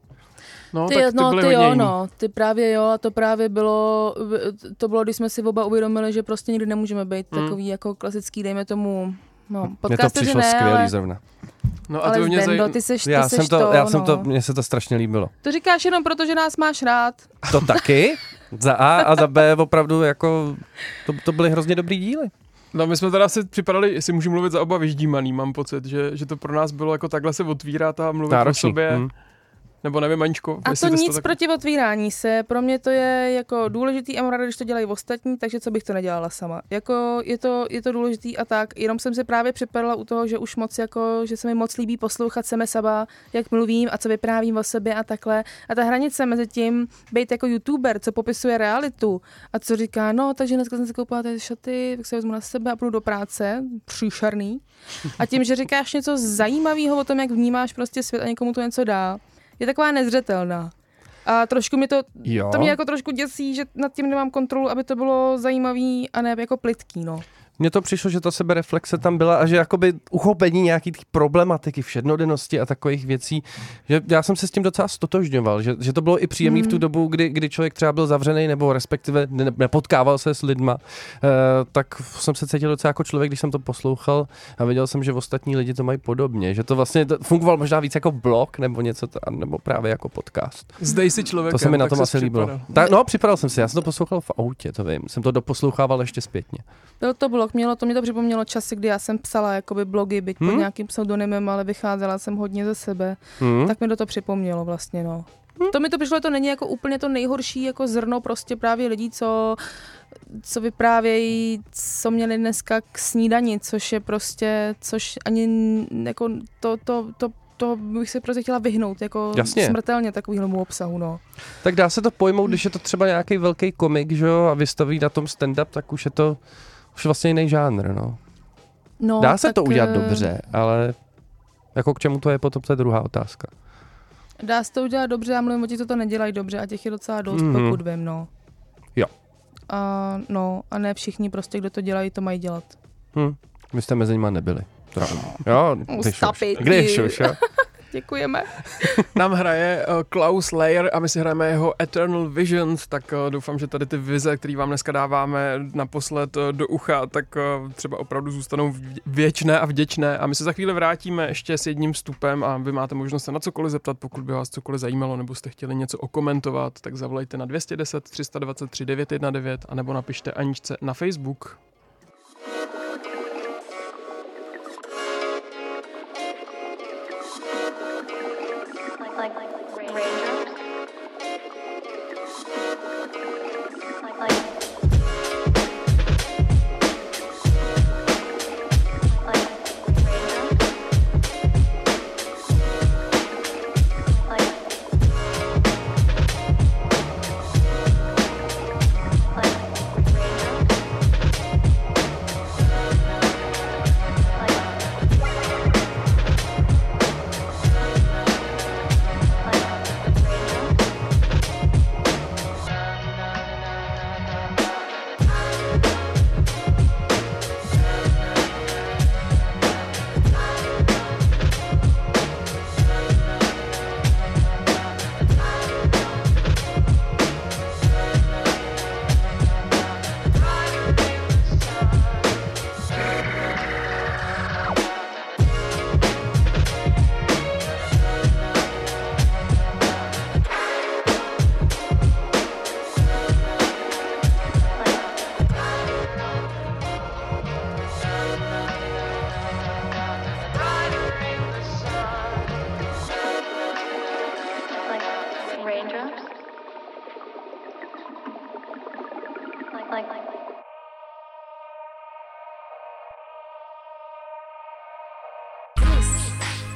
Ty právě jo, a to právě bylo, když jsme si oba uvědomili, že prostě nikdy nemůžeme být takový jako klasický, dejme tomu, mně to přišlo skvělý zrovna. No a to mě mně se to strašně líbilo. To říkáš jenom proto, že nás máš rád. To taky, za A a za B opravdu jako, to byly hrozně dobrý díly. No my jsme teda si připadali, jestli můžu mluvit za oba vyždímaný, mám pocit, že to pro nás bylo jako takhle se otvírat a mluvit o sobě. Nebo nevím, Aničko. A to nic proti otvírání se, pro mě to je jako důležitý a mám ráda, když to dělají ostatní, takže co bych to nedělala sama. Jako je to důležitý a tak, jenom jsem se právě připadala u toho, že už moc jako, že se mi moc líbí poslouchat sebe sama, jak mluvím a co vyprávím o sobě a takhle. A ta hranice mezi tím být jako youtuber, co popisuje realitu a co říká, no, takže dneska jsem si koupila ty šaty, tak se vezmu na sebe a půjdu do práce, příšerný. A tím, že říkáš něco zajímavého o tom, jak vnímáš prostě svět a někomu to něco dá, je taková nezřetelná. A trošku mě to mě jako trošku děsí, že nad tím nemám kontrolu, aby to bylo zajímavý a ne jako plytký, no. Mně to přišlo, že ta sebereflexe tam byla a že jakoby uchopení nějaký problematiky, všednodennosti a takových věcí, že já jsem se s tím docela stotožňoval, že to bylo i příjemný v tu dobu, kdy člověk třeba byl zavřený nebo respektive nepotkával se s lidma, tak jsem se cítil docela jako člověk, když jsem to poslouchal a viděl jsem, že ostatní lidi to mají podobně, že to vlastně fungoval možná víc jako blog nebo něco, nebo právě jako podcast. Zdej si člověk. To se mi na tom asi líbilo. Připadal jsem si, já jsem to poslouchal v autě, to vím, jsem to doposlouchával ještě zpětně. Byl to blog, mě to připomnělo časy, kdy já jsem psala jakoby blogy, byť pod nějakým pseudonymem, ale vycházela jsem hodně ze sebe. Tak mi to připomnělo vlastně, no. To mi to přišlo, to není jako úplně to nejhorší jako zrno prostě právě lidí, co vyprávějí, co měli dneska k snídani, což ani jako to bych se prostě chtěla vyhnout, jako smrtelně takovýhlemu obsahu, no. Tak dá se to pojmout, když je to třeba nějaký velký komik, že jo, a vystaví na tom stand-up, tak už je to vlastně jiný žánr, no. Dá se to udělat dobře, ale jako k čemu to je potom, to je druhá otázka. Dá se to udělat dobře, já mluvím o těch, co to nedělají dobře a těch je docela dost, pokud vím, no. Jo. A ne všichni prostě, kdo to dělají, to mají dělat. Vy jste mezi nimi nebyli. Jo, když už, jo. Děkujeme. Nám hraje Klaus Layer a my si hrajeme jeho Eternal Visions, tak doufám, že tady ty vize, které vám dneska dáváme naposled do ucha, tak třeba opravdu zůstanou věčné a vděčné. A my se za chvíli vrátíme ještě s jedním vstupem a vy máte možnost se na cokoliv zeptat, pokud by vás cokoliv zajímalo nebo jste chtěli něco okomentovat, tak zavolejte na 210 323 919 a nebo napište Aničce na Facebook.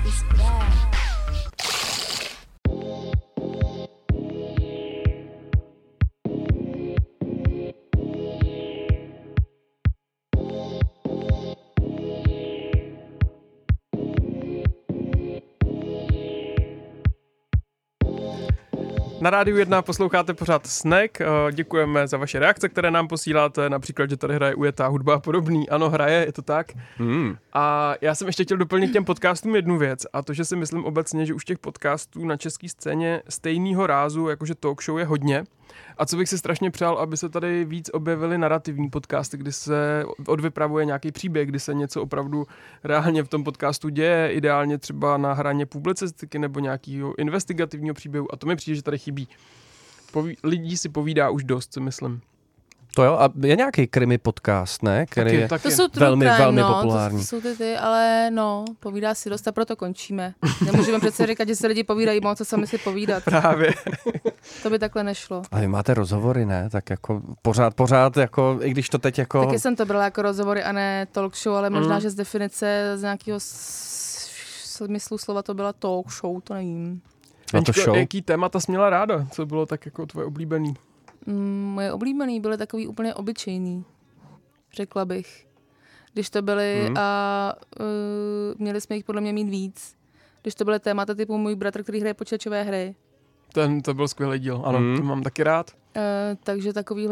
Na Rádiu 1 posloucháte pořád Snack. Děkujeme za vaše reakce, které nám posíláte, například, že tady hraje ujetá hudba a podobný. Ano, hraje, je to tak. A já jsem ještě chtěl doplnit k těm podcastům jednu věc, a to, že si myslím obecně, že už těch podcastů na české scéně stejného rázu, jakože talk show, je hodně. A co bych si strašně přál, aby se tady víc objevily narrativní podcasty, kdy se odvypravuje nějaký příběh, kdy se něco opravdu reálně v tom podcastu děje, ideálně třeba na hraně publicistiky nebo nějakého investigativního příběhu. A to mi přijde, že tady chybí. Lidí si povídá už dost, si myslím. To jo, a je nějaký krimi podcast, ne? Který je to jsou velmi populární. To jsou ty, ale povídá si dost a proto končíme. Nemůžeme přece říkat, že se lidi povídají, moc co sami si povídat. Právě. To by takhle nešlo. A vy máte rozhovory, ne? Tak jako pořád, jako, i když to teď jako... Taky jsem to brala jako rozhovory a ne talk show, ale možná, že z definice, z nějakého smyslu slova to byla talk show, to nevím. Aničko, jaký témata jsi měla ráda? Co bylo tak jako tvoje oblíbený? Moje oblíbený byly takový úplně obyčejný, řekla bych. Když to byly a měli jsme jich podle mě mít víc. Když to byly témata typu můj bratr, který hraje počítačové hry. To byl skvělý díl, ano, to mám taky rád. Takže takovýhle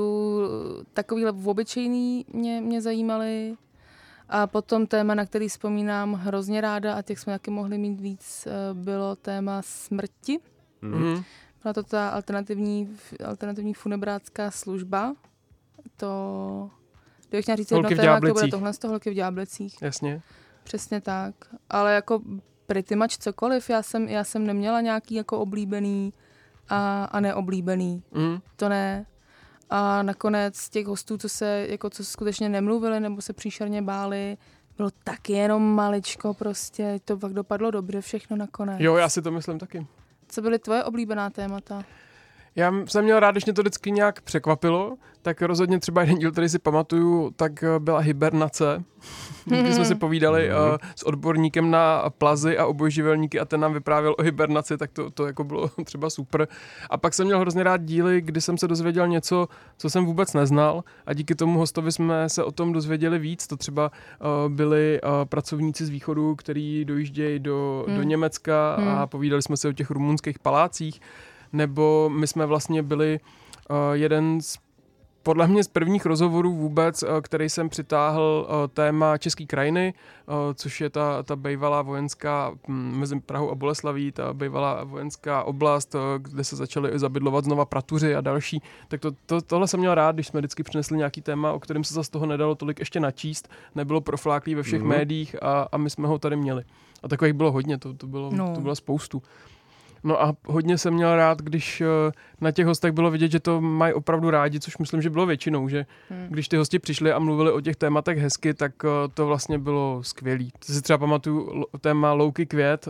obyčejný mě zajímaly. A potom téma, na který vzpomínám hrozně ráda a těch jsme taky mohli mít víc, bylo téma smrti. Byla to ta alternativní funebrácká služba. To, kdybych chtěla říct jedno téma, to bude tohle z toho Holky v Ďáblicích. Jasně. Přesně tak. Ale jako pretty much cokoliv, já jsem neměla nějaký jako oblíbený a neoblíbený. To ne. A nakonec těch hostů, co skutečně nemluvili nebo se příšerně báli, bylo taky jenom maličko prostě. To pak dopadlo dobře všechno nakonec. Jo, já si to myslím taky. Co byly tvoje oblíbená témata? Já jsem měl rád, když mě to vždycky nějak překvapilo, tak rozhodně třeba jeden díl, který si pamatuju, tak byla hibernace. Když jsme si povídali s odborníkem na plazy a obojživelníky a ten nám vyprávěl o hibernaci, tak to jako bylo třeba super. A pak jsem měl hrozně rád díly, kdy jsem se dozvěděl něco, co jsem vůbec neznal a díky tomu hostovi jsme se o tom dozvěděli víc. To třeba byli pracovníci z východu, kteří dojíždějí do Německa a povídali jsme si o těch rumunských palácích. Nebo my jsme vlastně byli jeden podle mě z prvních rozhovorů vůbec, který jsem přitáhl téma České krajiny, což je ta bývalá vojenská, mezi Prahou a Boleslaví, ta bývalá vojenská oblast, kde se začaly zabydlovat znova pratuři a další. Tak tohle jsem měl rád, když jsme vždycky přinesli nějaký téma, o kterém se zase toho nedalo tolik ještě načíst, nebylo profláklý ve všech médiích a my jsme ho tady měli. A takových bylo hodně, to bylo spoustu. No a hodně jsem měl rád, když na těch hostech bylo vidět, že to mají opravdu rádi, což myslím, že bylo většinou, že když ty hosti přišli a mluvili o těch tématech hezky, tak to vlastně bylo skvělý. To si třeba pamatuju téma Louky Květ,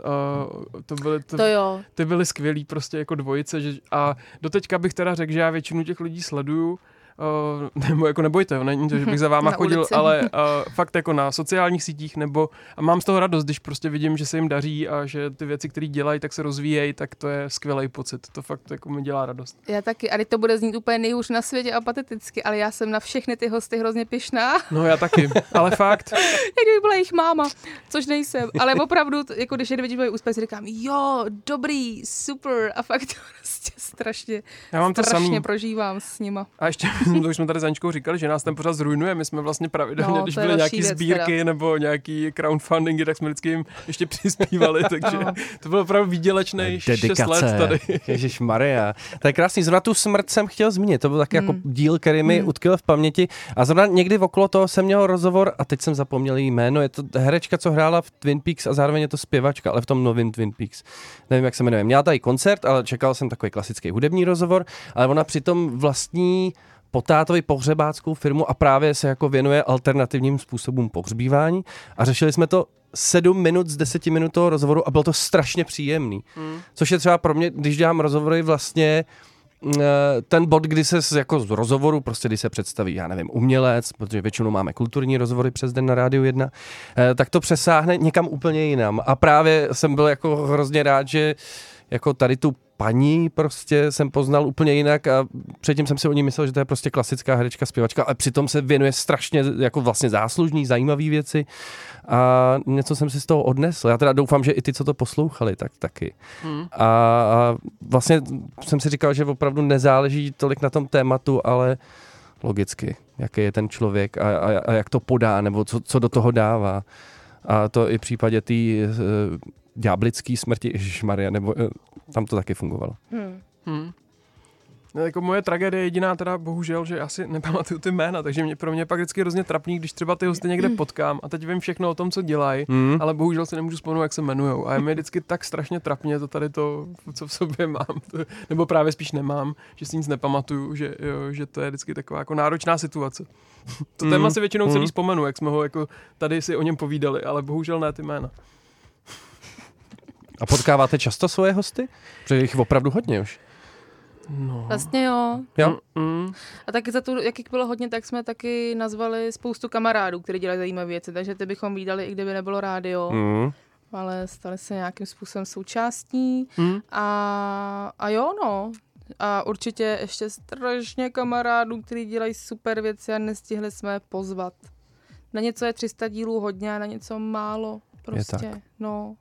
ty byly skvělý prostě jako dvojice a doteďka bych teda řekl, že já většinu těch lidí sleduju, nebo jako nebojte, není to, že bych za váma chodil, ale fakt jako na sociálních sítích a mám z toho radost, když prostě vidím, že se jim daří a že ty věci, které dělají, tak se rozvíjejí, tak to je skvělý pocit. To fakt jako mi dělá radost. Já taky, a teď to bude znít úplně nejhůř na světě a pateticky, ale já jsem na všechny ty hosty hrozně pyšná. No já taky, ale fakt. Jak kdyby byla jejich máma, což nejsem, ale opravdu, jako když vidím moje úspěch, si říkám, jo, dobrý, super a fakt to prostě strašně prožívám s nima. A ještě to už jsme tady s Aničkou říkali, že nás ten pořád zrujnuje. My jsme vlastně pravidelně, když byly nějaký sbírky nebo nějaký crowdfundingy, tak jsme vždycky jim ještě přispívali, takže to bylo opravdu výdělečný 6 let tady. Ježišmarja. To je krásný. Zrovna tu smrt jsem chtěl zmínit. To byl taky jako díl, který mi utkvěl v paměti. A zrovna někdy okolo toho jsem měl rozhovor a teď jsem zapomněl jí jméno. Je to herečka, co hrála v Twin Peaks a zároveň je to zpěvačka, ale v tom novém Twin Peaks. Nevím, jak se jmenuje. Měla tady koncert, ale čekal jsem takový klasický hudební rozhovor, ale ona přitom vlastní po tátovi pohřebáckou firmu a právě se jako věnuje alternativním způsobům pohřbívání a řešili jsme to 7 minut z 10 minut toho rozhovoru a bylo to strašně příjemný. Což je třeba pro mě, když dělám rozhovory vlastně ten bod, kdy se jako z rozhovoru, prostě když se představí, já nevím, umělec, protože většinou máme kulturní rozhovory přes den na Rádiu 1, tak to přesáhne někam úplně jinam. A právě jsem byl jako hrozně rád, že jako tady tu paní prostě jsem poznal úplně jinak a předtím jsem si o ní myslel, že to je prostě klasická herečka, zpěvačka, ale přitom se věnuje strašně jako vlastně záslužný, zajímavý věci a něco jsem si z toho odnesl. Já teda doufám, že i ty, co to poslouchali, tak taky. A vlastně jsem si říkal, že opravdu nezáleží tolik na tom tématu, ale logicky, jaký je ten člověk a jak to podá, nebo co do toho dává. A to i v případě té ďáblický smrti Ježišmarja, nebo tam to taky fungovalo. Jako moje tragédie je jediná teda bohužel, že já si nepamatuju ty jména, takže pro mě pak vždycky hrozně trapný, když třeba ty hosty někde potkám a teď vím všechno o tom, co dělají, ale bohužel si nemůžu vzpomenout, jak se jmenujou. A je mi vždycky tak strašně trapně to tady to, co v sobě mám, nebo právě spíš nemám, že si nic nepamatuju, že to je vždycky taková jako náročná situace. To téma si většinou celý vzpomenu, jak jsme ho jako tady si o něm povídali, ale bohužel ne ty jména. A potkáváte často svoje hosty? Protože jich opravdu hodně už. No. Vlastně jo. A taky za to, jak jich bylo hodně, tak jsme taky nazvali spoustu kamarádů, kteří dělají zajímavé věci, takže ty bychom vídali, i kdyby nebylo rádio. Ale stali se nějakým způsobem součástí. A jo, no. A určitě ještě strašně kamarádů, kteří dělají super věci a nestihli jsme pozvat. Na něco je 300 dílů hodně a na něco málo. Prostě, no.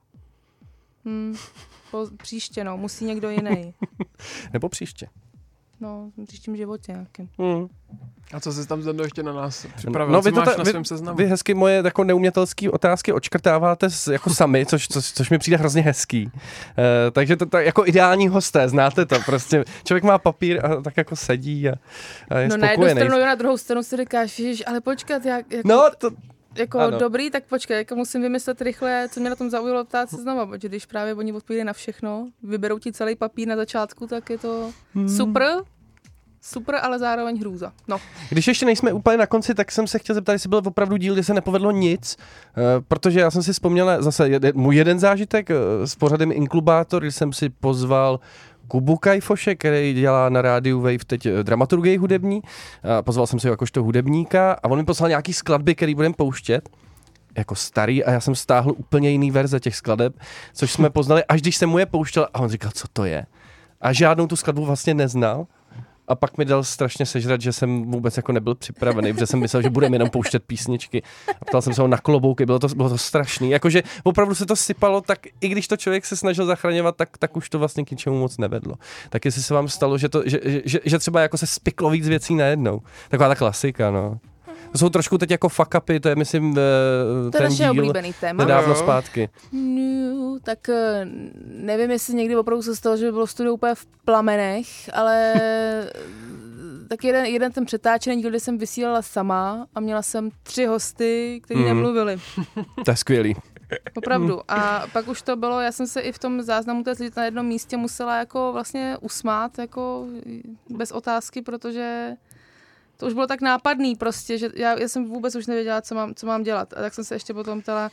Příště, no, musí někdo jiný. Nebo příště. No, v příštím životě nějakým. A co jsi tam Zdeno ještě na nás připravil? Co máš na svém seznamu? Vy hezky moje jako neumětelské otázky odškrtáváte jako sami, což mi přijde hrozně hezký. Takže to jako ideální hosté, znáte to. Prostě člověk má papír a tak jako sedí a je spokojený. Na jednu stranu, na druhou stranu si říkáš, ale počkat, jak... No, to... Jako ano. Dobrý, tak počkej, jako musím vymyslet rychle, co mě na tom zaujalo, ptát se znova, protože když právě oni odpovídají na všechno, vyberou ti celý papír na začátku, tak je to super, ale zároveň hrůza. No. Když ještě nejsme úplně na konci, tak jsem se chtěl zeptat, jestli byl opravdu díl, kde se nepovedlo nic, protože já jsem si vzpomněl zase můj jeden zážitek s pořadem Inklubátor, kdy jsem si pozval Kubu Kajfoše, který dělá na rádiu Wave teď dramaturgii hudební. Pozval jsem si ho jakožto hudebníka a on mi poslal nějaký skladby, který budeme pouštět. Jako starý a já jsem stáhl úplně jiný verze těch skladeb, což jsme poznali, až když jsem mu je pouštěl a on říkal, co to je. A žádnou tu skladbu vlastně neznal. A pak mi dal strašně sežrat, že jsem vůbec jako nebyl připravený, protože jsem myslel, že budeme jenom pouštět písničky. A ptal jsem se ho na klobouky, bylo to strašný. Jakože opravdu se to sypalo, tak i když to člověk se snažil zachraňovat, tak už to vlastně k ničemu moc nevedlo. Tak jestli se vám stalo, že třeba jako se spiklo víc věcí najednou. Taková ta klasika, no. To jsou trošku teď jako fuck upy, to je myslím ten díl oblíbený téma. Nedávno zpátky. No, tak nevím, jestli někdy opravdu se stalo, že by bylo studio úplně v plamenech, ale tak jeden ten přetáčený díl, kde jsem vysílala sama a měla jsem 3 hosty, kteří nemluvili. To je skvělý. Opravdu. A pak už to bylo, já jsem se i v tom záznamu na jednom místě musela jako vlastně usmát, jako bez otázky, protože to už bylo tak nápadný prostě, že já jsem vůbec už nevěděla, co mám dělat. A tak jsem se ještě potom ptala,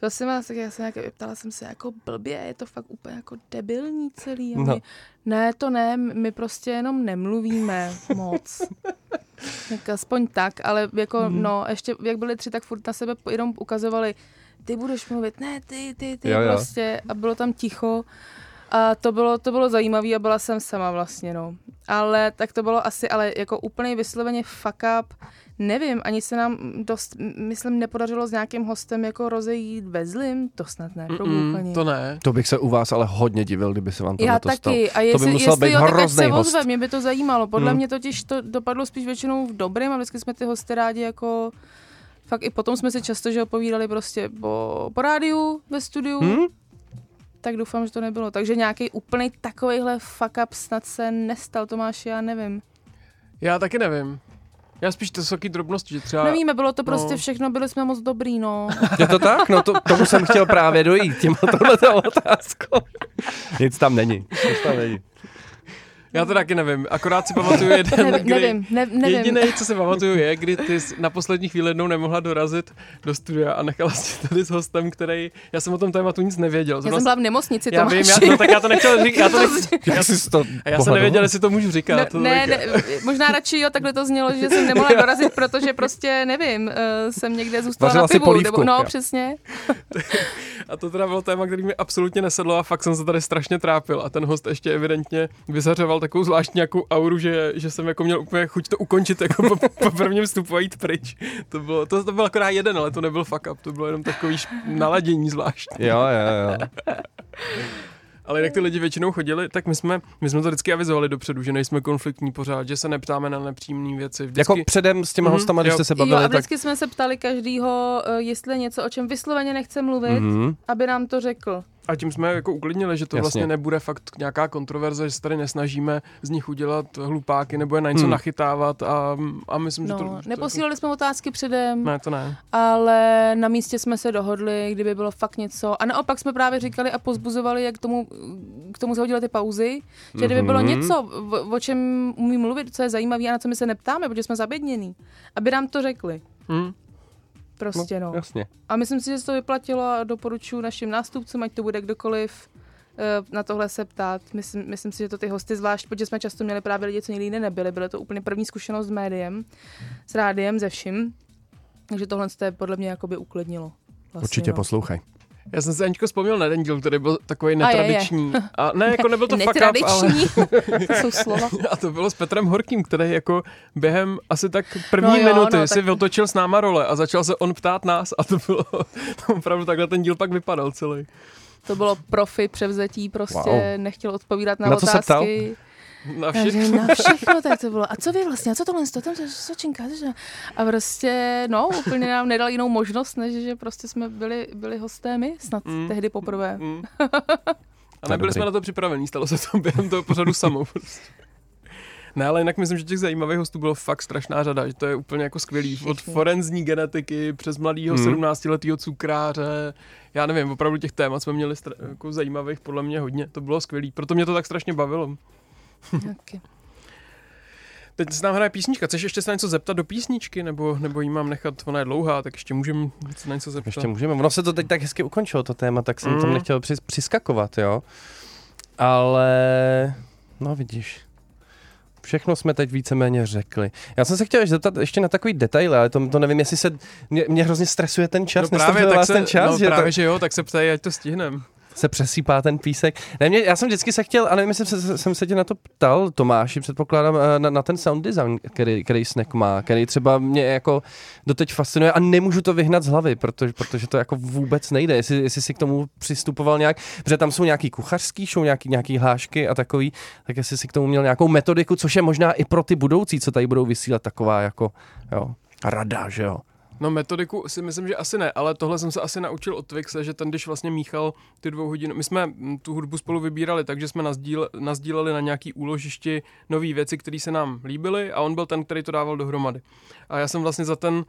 ptala jsem se jako blbě, je to fakt úplně jako debilní celý. No. Ne, to ne, my prostě jenom nemluvíme moc. Tak aspoň tak, ale jako no, ještě jak byli 3, tak furt na sebe jenom ukazovali, ty budeš mluvit, ne, ty jo. Prostě. A bylo tam ticho. A to bylo zajímavé a byla jsem sama vlastně, no. Ale tak to bylo asi, ale jako úplně vysloveně fuck up, nevím, ani se nám dost, myslím, nepodařilo s nějakým hostem jako rozejít ve zlým, to snad ne, úplně. To ne. To bych se u vás ale hodně divil, kdyby se vám tohle to stalo. Já taky, a jestli být hrozný host. Mě by to zajímalo, podle mě totiž to dopadlo spíš většinou v dobrým a vždycky jsme ty hosty rádi jako, fakt i potom jsme si často, že opovídali prostě po rádiu, ve studiu. Tak doufám, že to nebylo. Takže nějaký úplný takovejhle fuck up snad se nestal, Tomáši, já nevím. Já taky nevím. Já spíš to jsou taky drobnosti, že třeba... Nevíme, bylo to prostě všechno, byli jsme moc dobrý, no. Je to tak? No tomu jsem chtěl právě dojít, tohleto otázkou. Nic tam není. Já to taky nevím, akorát si pamatuju nevím. Jedinej, co si pamatuju je, kdy ty na poslední chvíli jednou nemohla dorazit do studia a nechala si tady s hostem, který, já jsem o tom tématu nic nevěděl. Já jsem byla v nemocnici, já Tomáš. Vím, tak já to nechtěl říkat. Já jsem nevěděl, jestli to můžu říkat. Ne, možná radši jo, takhle to znělo, že jsem nemohla dorazit, protože prostě nevím, jsem někde zůstala na pivu. No, přesně. A to teda bylo téma, který mi absolutně nesedlo a fakt jsem se tady strašně trápil a ten host ještě evidentně vyzařoval takovou zvláštní nějakou auru, že jsem jako měl úplně chuť to ukončit jako po prvním vstupu a jít pryč. To byl akorát jeden, ale to nebyl fuck up, to bylo jenom takový naladění zvláštní. Jo. Ale jak ty lidi většinou chodili, tak my jsme to vždycky avizovali dopředu, že nejsme konfliktní pořád, že se neptáme na nepříjemné věci. Vždycky... Jako předem s těma hostama, když jste se bavili. Jo, a vždycky jsme se ptali každýho, jestli něco, o čem vysloveně nechce mluvit, aby nám to řekl. A tím jsme jako uklidnili, že to vlastně nebude fakt nějaká kontroverze, že se tady nesnažíme z nich udělat hlupáky nebo je na něco nachytávat a myslím, že to... Neposílali jsme otázky předem. Ne, to ne. Ale na místě jsme se dohodli, kdyby bylo fakt něco. A naopak jsme právě říkali a pozbuzovali, jak k tomu zahodili ty pauzy, že kdyby bylo něco, o čem umí mluvit, co je zajímavé a na co my se neptáme, protože jsme zabědnění, aby nám to řekli. Prostě no. Jasně. A myslím si, že se to vyplatilo a doporučuji našim nástupcům, ať to bude kdokoliv, na tohle se ptát. Myslím si, že to ty hosty zvlášť, protože jsme často měli právě lidi, co nikdy jiné nebyli. Byla to úplně první zkušenost s médiem, s rádiem, ze vším. Takže tohle se podle mě jakoby uklidnilo. Vlastně, určitě poslouchaj. Já jsem se Aničko vzpomněl na jeden díl, který byl takový netradiční. A ne, jako nebyl to fuck up, ale... to jsou slova. A to bylo s Petrem Horkým, který jako během asi tak první minuty si otočil s náma role a začal se on ptát nás a to bylo opravdu takhle ten díl pak vypadal celý. To bylo profi převzetí, prostě nechtěl odpovídat na otázky. Co se ptal? Na všechno, tak to bylo. A co vy vlastně? A co tohle? Tam co činkáš? A prostě, úplně nám nedal jinou možnost, než že prostě jsme byli hosté my, snad tehdy poprvé. A nebyli jsme na to připravení, stalo se to během toho pořadu samou. Ne, ale jinak myslím, že těch zajímavých hostů bylo fakt strašná řada, že to je úplně jako skvělý. Od forenzní genetiky přes mladýho 17letýho cukráře, já nevím, opravdu těch témat jsme měli jako zajímavých podle mě hodně, to bylo skvělý, proto mě to tak strašně bavilo. Okay. Teď se nám hraje písnička. Chceš ještě se na něco zeptat do písničky, nebo jí mám nechat, ona je dlouhá, tak ještě můžeme se na něco zeptat. Ještě můžeme, ono se to teď tak hezky ukončilo, to téma, tak jsem tam nechtěl přiskakovat, jo. Ale, no vidíš, všechno jsme teď víceméně řekli. Já jsem se chtěl zeptat ještě na takový detail, ale to nevím, jestli se, mě hrozně stresuje ten čas, ten čas. No právě, že jo, tak se ptají, ať to stihnem. Se přesýpá ten písek. Ne, já jsem vždycky se chtěl, ale nevím, jestli jsem se tě na to ptal, Tomáši, předpokládám, na ten sound design, který Snack má, který třeba mě jako doteď fascinuje a nemůžu to vyhnat z hlavy, protože to jako vůbec nejde. Jestli si k tomu přistupoval nějak, protože tam jsou nějaký kuchařský, jsou nějaký hlášky a takový, tak jestli si k tomu měl nějakou metodiku, což je možná i pro ty budoucí, co tady budou vysílat, taková jako, jo, rada, že jo. No metodiku si myslím, že asi ne, ale tohle jsem se asi naučil od Twixe, že ten, když vlastně míchal ty 2 hodiny, my jsme tu hudbu spolu vybírali, takže jsme nazdíleli na nějaký úložišti nový věci, které se nám líbily a on byl ten, který to dával dohromady. A já jsem vlastně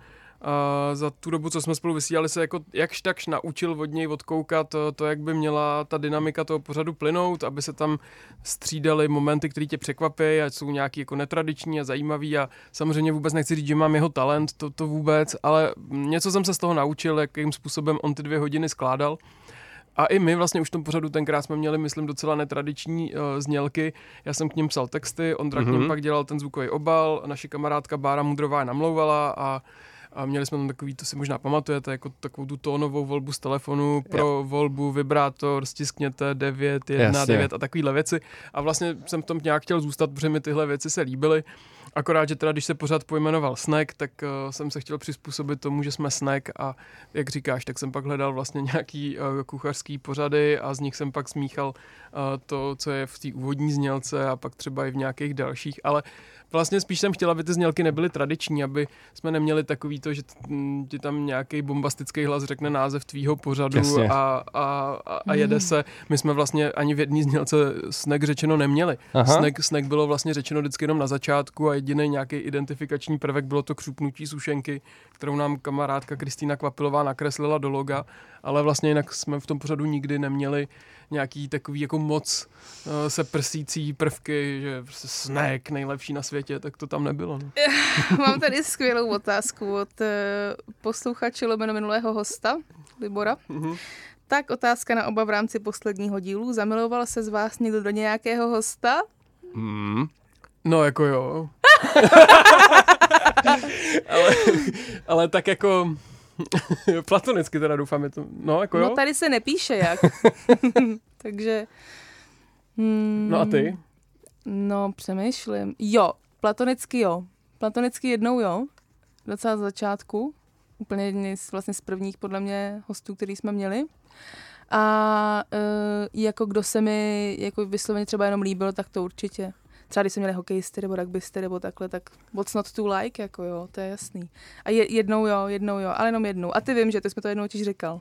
za tu dobu, co jsme spolu vysílali, se jako jakž takž naučil od něj odkoukat to, jak by měla ta dynamika toho pořadu plynout, aby se tam střídaly momenty, které tě překvapí a jsou nějaký jako netradiční a zajímavý a samozřejmě vůbec nechci říct, že mám jeho talent, to vůbec, ale něco jsem se z toho naučil, jakým způsobem on ty 2 hodiny skládal. A i my vlastně už v tom pořadu tenkrát jsme měli, myslím, docela netradiční znělky. Já jsem k ním psal texty, Ondra k ním pak dělal ten zvukový obal, naše kamarádka Bára Mudrová je namlouvala a měli jsme tam takový, to si možná pamatujete, jako takovou tu tónovou volbu z telefonu pro volbu, vibrátor, stiskněte 919 a takovýhle věci. A vlastně jsem v tom nějak chtěl zůstat, protože mi tyhle věci se líbily. Akorát, že teda, když se pořád pojmenoval Snack, tak jsem se chtěl přizpůsobit tomu, že jsme Snack a jak říkáš, tak jsem pak hledal vlastně nějaký kuchařský pořady a z nich jsem pak smíchal to, co je v té úvodní znělce a pak třeba i v nějakých dalších, ale vlastně spíš jsem chtěl, aby ty znělky nebyly tradiční, aby jsme neměli takový to, že ti tam nějaký bombastický hlas řekne název tvýho pořadu a jede se. My jsme vlastně ani v jedné znělce Snack řečeno neměli. Snack bylo vlastně řečeno vždycky jenom na začátku a jediný nějaký identifikační prvek, bylo to křupnutí sušenky, kterou nám kamarádka Kristýna Kvapilová nakreslila do loga, ale vlastně jinak jsme v tom pořadu nikdy neměli nějaký takový jako moc se prsící prvky, že prostě snack nejlepší na světě, tak to tam nebylo. No. Mám tady skvělou otázku od posluchače lomeno minulého hosta, Libora. Mm-hmm. Tak otázka na oba v rámci posledního dílu. Zamiloval se z vás někdo do nějakého hosta? No jako jo. ale tak jako platonicky teda doufám, je to, no jako jo. No tady se nepíše jak. Takže... No a ty? No přemýšlím. Jo, platonicky jo. Platonicky jednou jo. Docela z začátku. Úplně jedni z prvních podle mě hostů, který jsme měli. A jako kdo se mi jako vysloveně třeba jenom líbil, tak to určitě. Třeba když jsme měli hokejisty nebo rugbysty nebo takhle, tak what's not to like, jako jo, to je jasný. A jednou jo, ale jenom jednou. A ty vím, že ty jsi mi to jednou těž říkal.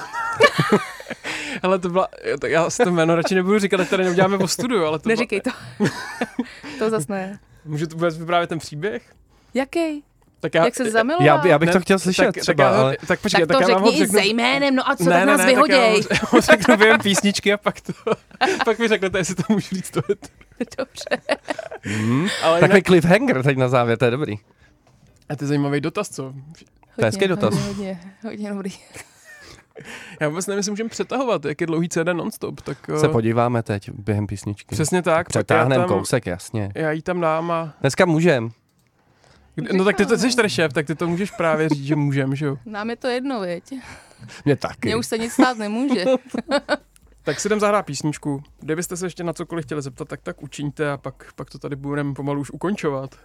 Ale to byla, tak já si to jméno radši nebudu říkat, ať tady neuděláme po studiu, ale to neříkej to. To zas ne. Můžu to vůbec vyprávět ten příběh? Jaký? Tak jak se zamiloval? Já bych to chtěl slyšet třeba, ale... Tak počkej, tak to řekni i se jménem, no a co, tak nás vyhoděj. Tak já řeknu během písničky a pak mi řeknete, jestli to můžu říct. Dobře. Ale takový cliffhanger teď na závěr, to je dobrý. A to je zajímavý dotaz, co? To je hezký dotaz. Hodně dobrý. Já vůbec nevím, jestli můžeme přetahovat, jak je dlouhý CD non-stop, tak... Se podíváme teď během písničky. Přesně tak. Přetáhneme kousek, jasně. Já jí tam dám a... Dneska můžem. No tak ty to jsi tady šéf, tak ty to můžeš právě říct, že můžem, že jo? Nám je to jedno, viď? Mně taky. Mně už se nic stát nemůže. Tak si jdem zahrát písničku. Kdybyste se ještě na cokoliv chtěli zeptat, tak učiňte a pak to tady budeme pomalu už ukončovat.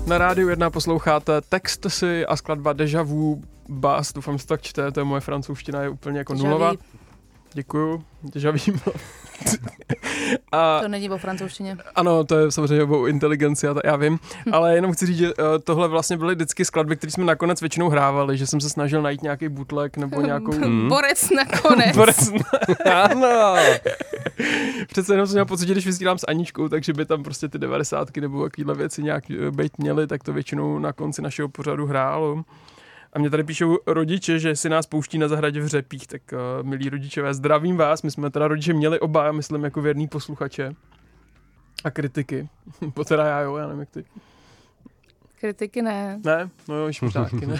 Na Rádiu 1 posloucháte Texty a skladba Deja Vu Bass, doufám, že to tak čtete, moje francouzština je úplně jako nulová. Děkuju, Deja Vu. To není o francouzštině. Ano, to je samozřejmě o inteligenci, já vím, ale jenom chci říct, že tohle vlastně byly vždycky skladby, které jsme nakonec většinou hrávali, že jsem se snažil najít nějaký bootleg nebo nějakou... Borec nakonec. Ano. Přece jenom jsem měl pocit, že když vysílám s Aničkou, takže by tam prostě ty 90ky nebo takovýhle věci nějak být měly, tak to většinou na konci našeho pořadu hrálo. A mě tady píšou rodiče, že si nás pouští na zahradě v Řepích, tak milí rodičové, zdravím vás, my jsme teda rodiče měli oba, já myslím jako věrný posluchače a kritiky, teda já nevím jak ty. Kritiky ne. Ne? No jo, špřáky ne.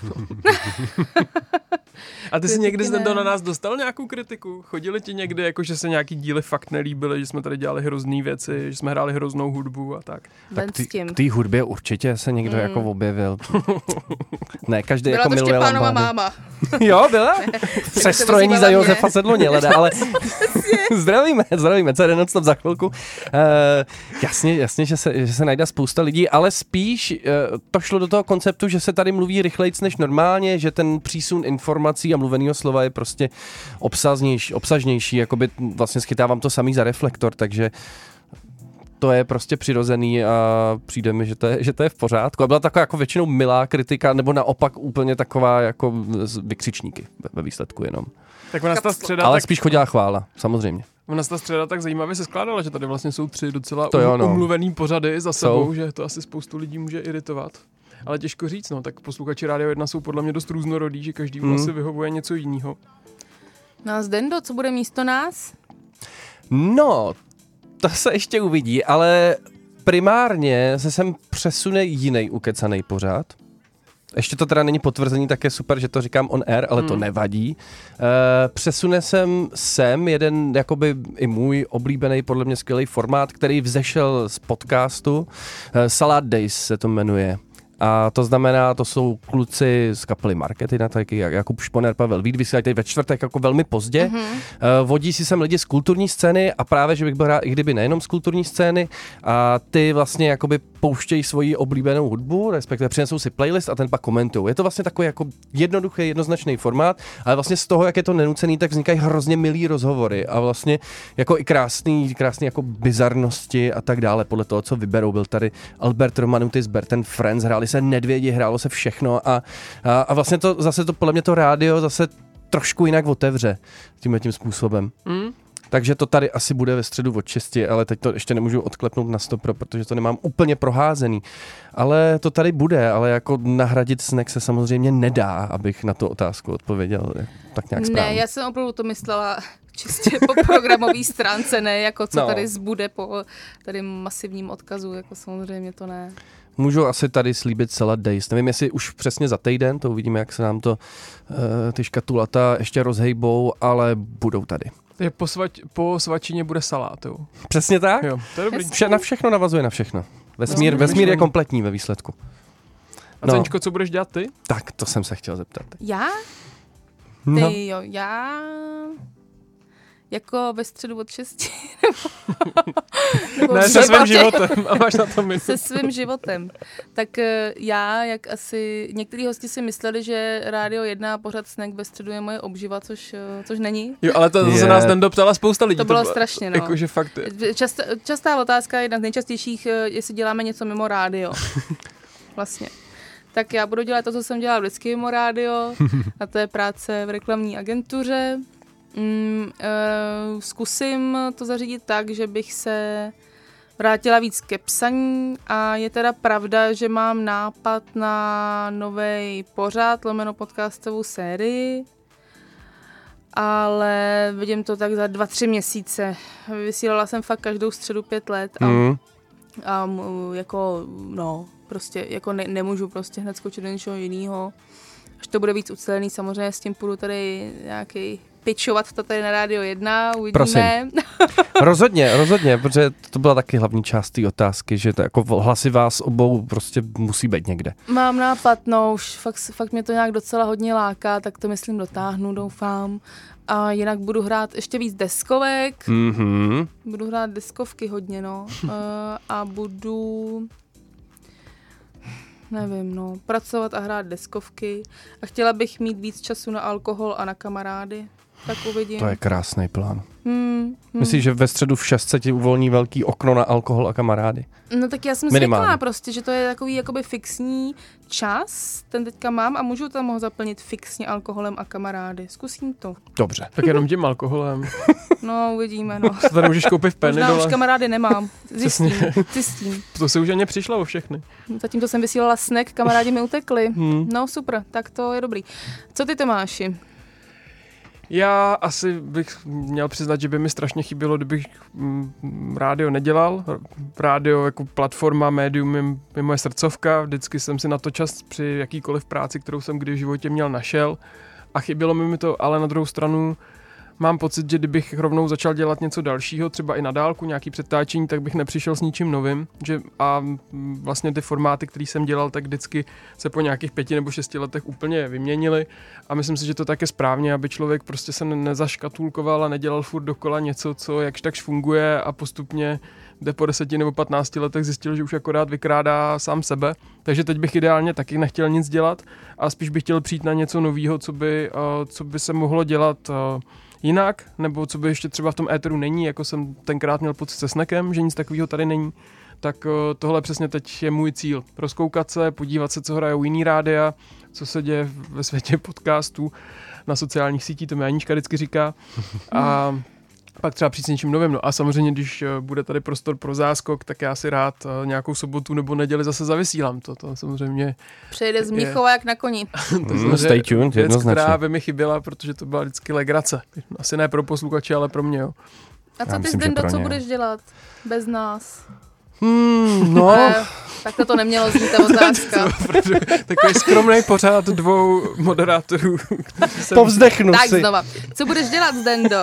A ty jsi někdy Zdendo na nás dostal nějakou kritiku? Chodili ti někdy, jako že se nějaký díly fakt nelíbily, že jsme tady dělali hrozný věci, že jsme hráli hroznou hudbu a tak? Tak k té hudbě určitě se někdo jako objevil. Ne, každý byla jako miluje Byla to Štěpánova máma. máma. Jo, byla? Přestrojení za Josefa Sedloně, ale zdravíme, celý noc tam za chvilku. Jasně, že se najde spousta lidí, ale spíš to šlo do toho konceptu, že se tady mluví rychlejc než normálně, že ten přísun informací a mluvenýho slova je prostě obsažnější, jakoby vlastně schytávám to samý za reflektor, takže to je prostě přirozený a přijde mi, že to je v pořádku. A byla taková jako většinou milá kritika, nebo naopak úplně taková jako vykřičníky ve výsledku jenom. Tak ona ta středa, ale spíš chodila chvála, samozřejmě. Ona ta středa tak zajímavě se skládala, že tady vlastně jsou 3 docela umluvený pořady za sebou, že to asi spoustu lidí může iritovat. Ale těžko říct, no, tak posluchači Rádio 1 jsou podle mě dost různorodí, že každý asi vyhovuje něco jiného. No a Zdendo, co bude místo nás? No, to se ještě uvidí, ale primárně se sem přesune jiný ukecanej pořad. Ještě to teda není potvrzení, tak je super, že to říkám on air, ale to nevadí. Přesune sem jeden jakoby i můj oblíbený, podle mě skvělý formát, který vzešel z podcastu. Salad Days se to jmenuje. A to znamená, to jsou kluci z kapely Marketina, taky Jakub Šponer, Pavel Vít, vysílají tady ve čtvrtek jako velmi pozdě. Vodí si sem lidi z kulturní scény a právě, že bych byl rád, i kdyby nejenom z kulturní scény, a ty vlastně jakoby pouštějí svoji oblíbenou hudbu, respektive přinesou si playlist a ten pak komentujou. Je to vlastně takový jako jednoduchý, jednoznačný formát, ale vlastně z toho, jak je to nenucený, tak vznikají hrozně milý rozhovory a vlastně jako i krásný jako bizarnosti a tak dále podle toho, co vyberou. Byl tady Albert Romanutis, Berten Friends, hráli se Nedvědi, hrálo se všechno a vlastně to zase to podle mě to rádio zase trošku jinak otevře tím způsobem. Takže to tady asi bude ve středu od 6, ale teď to ještě nemůžu odklepnout na 100%, protože to nemám úplně proházený. Ale to tady bude, ale jako nahradit snack se samozřejmě nedá, abych na tu otázku odpověděl tak nějak správně. Ne, já jsem opravdu to myslela čistě po programové stránce, ne jako co tady zbude po tady masivním odkazu, jako samozřejmě to ne. Můžu asi tady slíbit Salad Days. Nevím, jestli už přesně za týden, to uvidíme, jak se nám to ty škatulata ještě rozhejbou, ale budou tady. Po svačině bude salát, jo. Přesně tak? Jo, to je dobrý. Na všechno navazuje na všechno. Vesmír je kompletní ve výsledku. A Zeničko, co budeš dělat ty? Tak, to jsem se chtěl zeptat. Já? No. Jo, já... Jako ve středu od 6. Ne, se svým životem. A máš na to mysl. Se svým životem. Tak já, jak asi některý hosti si mysleli, že Rádio 1 pořad Snack ve středu je moje obživa, což není. Jo, ale to se nás den doptala spousta lidí. To bylo strašně, no. Jakože fakt. Častá otázka, jedna z nejčastějších, jestli děláme něco mimo rádio. Vlastně. Tak já budu dělat to, co jsem dělala vždycky mimo rádio, a to je práce v reklamní agentuře. Zkusím to zařídit tak, že bych se vrátila víc ke psaní a je teda pravda, že mám nápad na nový pořad, podcastovou sérii, ale vidím to tak za 2-3 měsíce. Vysílala jsem fakt každou středu 5 let a jako prostě jako nemůžu prostě hned skočit do něčeho jiného. Až to bude víc ucelený, samozřejmě s tím půjdu tady nějaký pitchovat to tady na Rádio 1, uvidíme. Prosím. Rozhodně, protože to byla taky hlavní část té otázky, že to jako hlasy vás obou prostě musí být někde. Mám nápad, už fakt mě to nějak docela hodně láká, tak to myslím dotáhnu, doufám. A jinak budu hrát ještě víc deskovek. Budu hrát deskovky hodně, a budu... Nevím, no. Pracovat a hrát deskovky. A chtěla bych mít víc času na alkohol a na kamarády. Tak uvidím. To je krásný plán. Myslíš, že ve středu v 6 ti uvolní velký okno na alkohol a kamarády? No tak já jsem zvyklá prostě, že to je takový jakoby fixní čas, ten teďka mám a můžu tam ho zaplnit fixně alkoholem a kamarády. Zkusím to. Dobře. Tak jenom tím alkoholem. No, uvidíme, no. To tady můžeš koupit v Penny Možná dole. už kamarády nemám. Zjistím. To se už ani přišla o všechny. Zatím to jsem vysílala snack, kamarádi mi utekli. No super, tak to je dobrý. Co ty, Tomáši? Já asi bych měl přiznat, že by mi strašně chybělo, kdybych rádio nedělal. Rádio jako platforma, médium je moje srdcovka. Vždycky jsem si na to čas při jakýkoliv práci, kterou jsem kdy v životě měl, našel. A chybělo mi to, ale na druhou stranu mám pocit, že kdybych rovnou začal dělat něco dalšího, třeba i na dálku, nějaký přetáčení, tak bych nepřišel s ničím novým. A vlastně ty formáty, které jsem dělal, tak vždycky se po nějakých 5 nebo 6 letech úplně vyměnily. A myslím si, že to tak je správně, aby člověk prostě se nezaškatulkoval a nedělal furt dokola něco, co jakž takž funguje a postupně jde po 10 nebo 15 letech zjistil, že už akorát vykrádá sám sebe. Takže teď bych ideálně taky nechtěl nic dělat a spíš bych chtěl přijít na něco nového, co by se mohlo dělat jinak, nebo co by ještě třeba v tom éteru není, jako jsem tenkrát měl pocit se Snackem, že nic takového tady není, tak tohle přesně teď je můj cíl. Rozkoukat se, podívat se, co hrajou jiný rádia, co se děje ve světě podcastů, na sociálních sítích, to mi Anička vždycky říká. A pak třeba přijít s něčím novým. No a samozřejmě, když bude tady prostor pro záskok, tak já si rád nějakou sobotu nebo neděli zase zavysílám. To samozřejmě přejde z Mnichova jak na koni. Stay tuned, jednoznačně. Která by mi chyběla, protože to byla vždycky legrace. Asi ne pro posluchače, ale pro mě, jo. A co ty, Zdendo, co budeš dělat bez nás? No. Tak to nemělo znít ta otázka. Takový skromný pořád 2 moderátorů. Povzdechnu si. Tak znova. Co budeš dělat, Zdendo?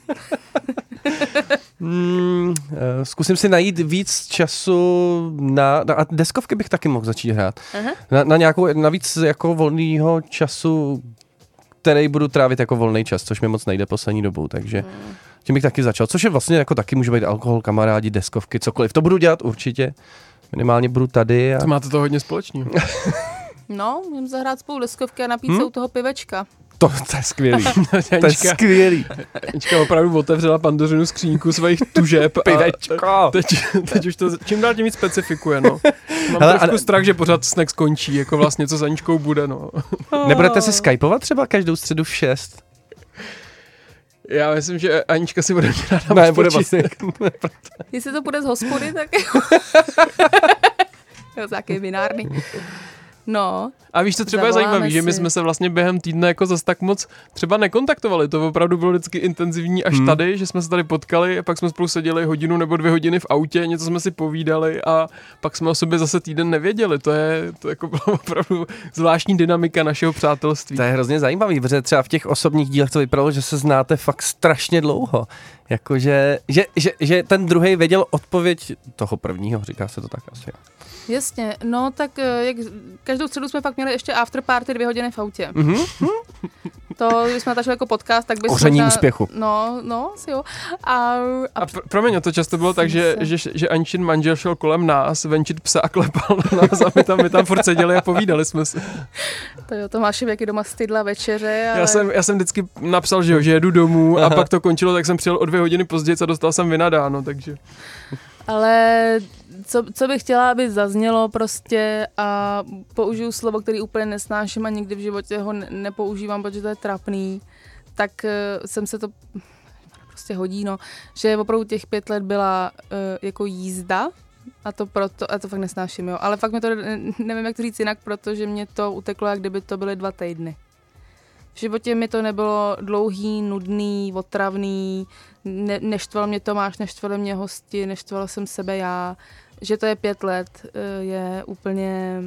Zkusím si najít víc času na deskovky bych taky mohl začít hrát. Na víc jako volného času, který budu trávit jako volný čas, což mi moc nejde poslední dobou, takže tím bych taky začal. Což je vlastně jako taky může být alkohol, kamarádi, deskovky, cokoliv. To budu dělat určitě. Minimálně budu tady. To máte to hodně společného. No, můžeme zahrát spolu deskovky a napít se u toho pivečka. To je skvělý. To je skvělý. Anička opravdu otevřela Pandořinu skříňku svých tužeb a teď už to čím dál tím víc specifikuje, no. Mám trošku strach, že pořád snack skončí, jako vlastně co s Aničkou bude, no. Nebudete se skypovat třeba každou středu v 6? Já myslím, že Anička si bude mít ráda. Ne, bude vlastně. Jestli to bude z hospody, tak jo, nějaký binárny. No. A víš, co třeba je zajímavý, že my jsme se vlastně během týdne jako zas tak moc třeba nekontaktovali. To opravdu bylo vždycky intenzivní až tady, že jsme se tady potkali a pak jsme spolu seděli 1 nebo 2 hodiny v autě, něco jsme si povídali a pak jsme o sobě zase týden nevěděli. To jako byla opravdu zvláštní dynamika našeho přátelství. To je hrozně zajímavý, protože třeba v těch osobních dílech to vypadalo, že se znáte fakt strašně dlouho. Jakože, že ten druhej věděl odpověď toho prvního, říká se to tak asi. Jasně, no tak jak každou středu jsme pak měli ještě afterparty 2 hodiny v autě. To, když jsme natáčeli jako podcast, tak bys koření úspěchu. No, si jo. Promiň, to často bylo tak, že Aničin manžel šel kolem nás, venčit psa a klepal na nás a my tam furt seděli a povídali jsme si. To jo, Tomáši, jaký doma stydla večeře. Ale... Já jsem vždycky napsal, že jedu domů a pak to končilo, tak jsem přijel o 2 hodiny později a dostal jsem vynadáno, takže... Ale co bych chtěla, aby zaznělo prostě a použiju slovo, který úplně nesnáším a nikdy v životě ho nepoužívám, protože to je trapný, tak jsem se to prostě hodí, no, že opravdu těch 5 let byla jako jízda a to fakt nesnáším, jo. Ale fakt mi to, nevím jak to říct jinak, protože mě to uteklo, jak kdyby to byly 2 týdny. V životě mi to nebylo dlouhý, nudný, otravný, neštval mě Tomáš, neštvali mě hosti, neštvala jsem sebe já. Že to je 5 let, je úplně...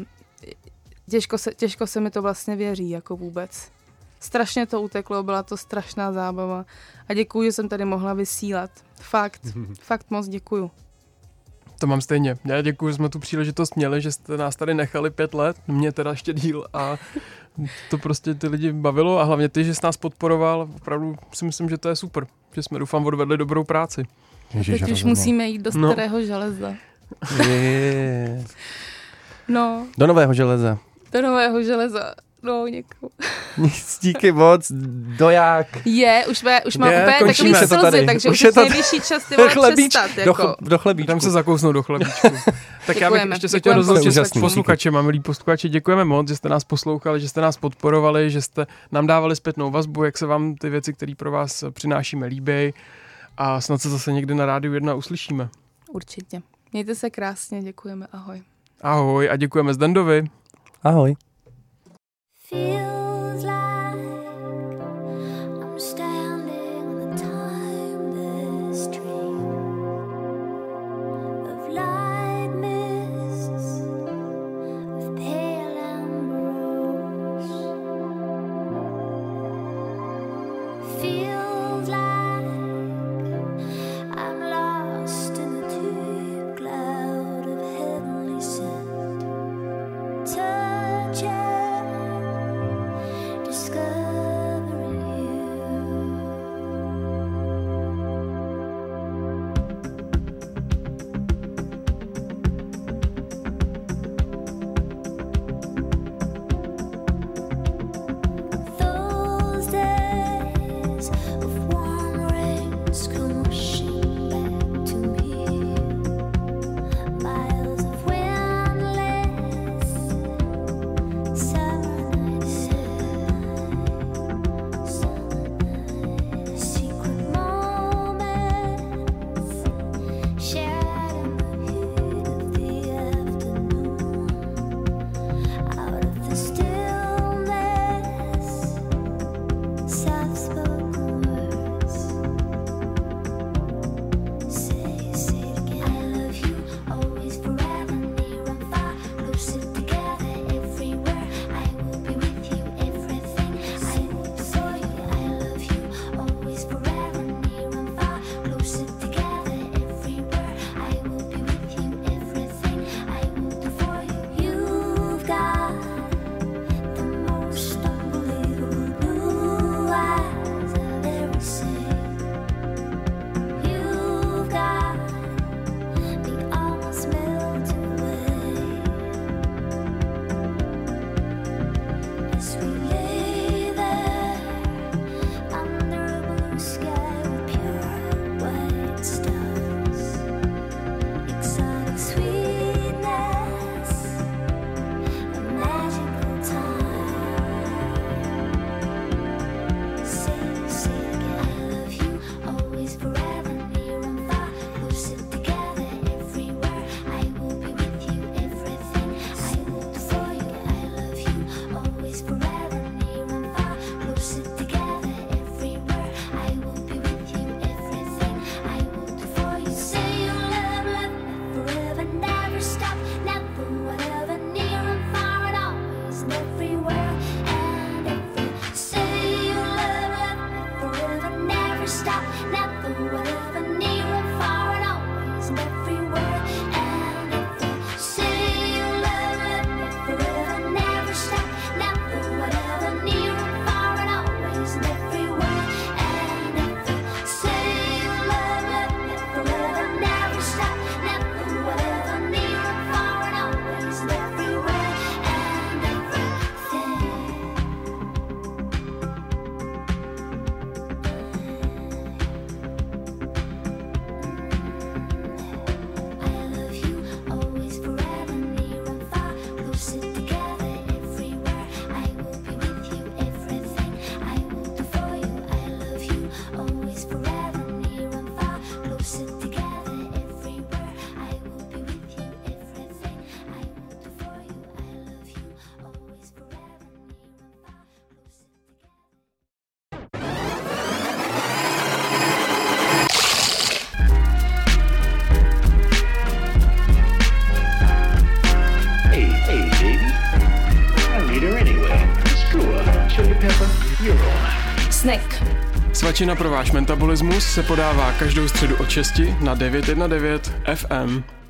Těžko se mi to vlastně věří, jako vůbec. Strašně to uteklo, byla to strašná zábava. A děkuju, že jsem tady mohla vysílat. Fakt moc děkuju. To mám stejně. Já děkuju, že jsme tu příležitost měli, že jste nás tady nechali 5 let, mě teda ještě díl a to prostě ty lidi bavilo a hlavně ty, že jsi nás podporoval, opravdu si myslím, že to je super, že jsme doufám odvedli dobrou práci. Ježiš, teď už musíme jít do starého železa. No. Do Nového Železa. Do Nového Železa. No, děkuju. Díky moc, doják. Už mám úplně takový slzy, takže už je nejvyšší čas ty vole přestat. Jako. Do chlebíčku. Tam se zakousnout do chlebíčku. Tak já bych ještě se chtěl rozloučit s posluchačema, milí posluchači, děkujeme moc, že jste nás poslouchali, že jste nás podporovali, že jste nám dávali zpětnou vazbu, jak se vám ty věci, které pro vás přinášíme, líbí a snad se zase někdy na Rádiu 1 uslyšíme. Určitě. Mějte se krásně, děkujeme, ahoj. Ahoj a děkujeme Zdendovi. Ahoj. Feels like I'm standing on a timeless dream of light mists, of pale ambrose. Feels like I'm lost in a deep cloud of heavenly scent. Touching Snack. Svačina pro váš metabolismus se podává každou středu od 6 na 919 FM.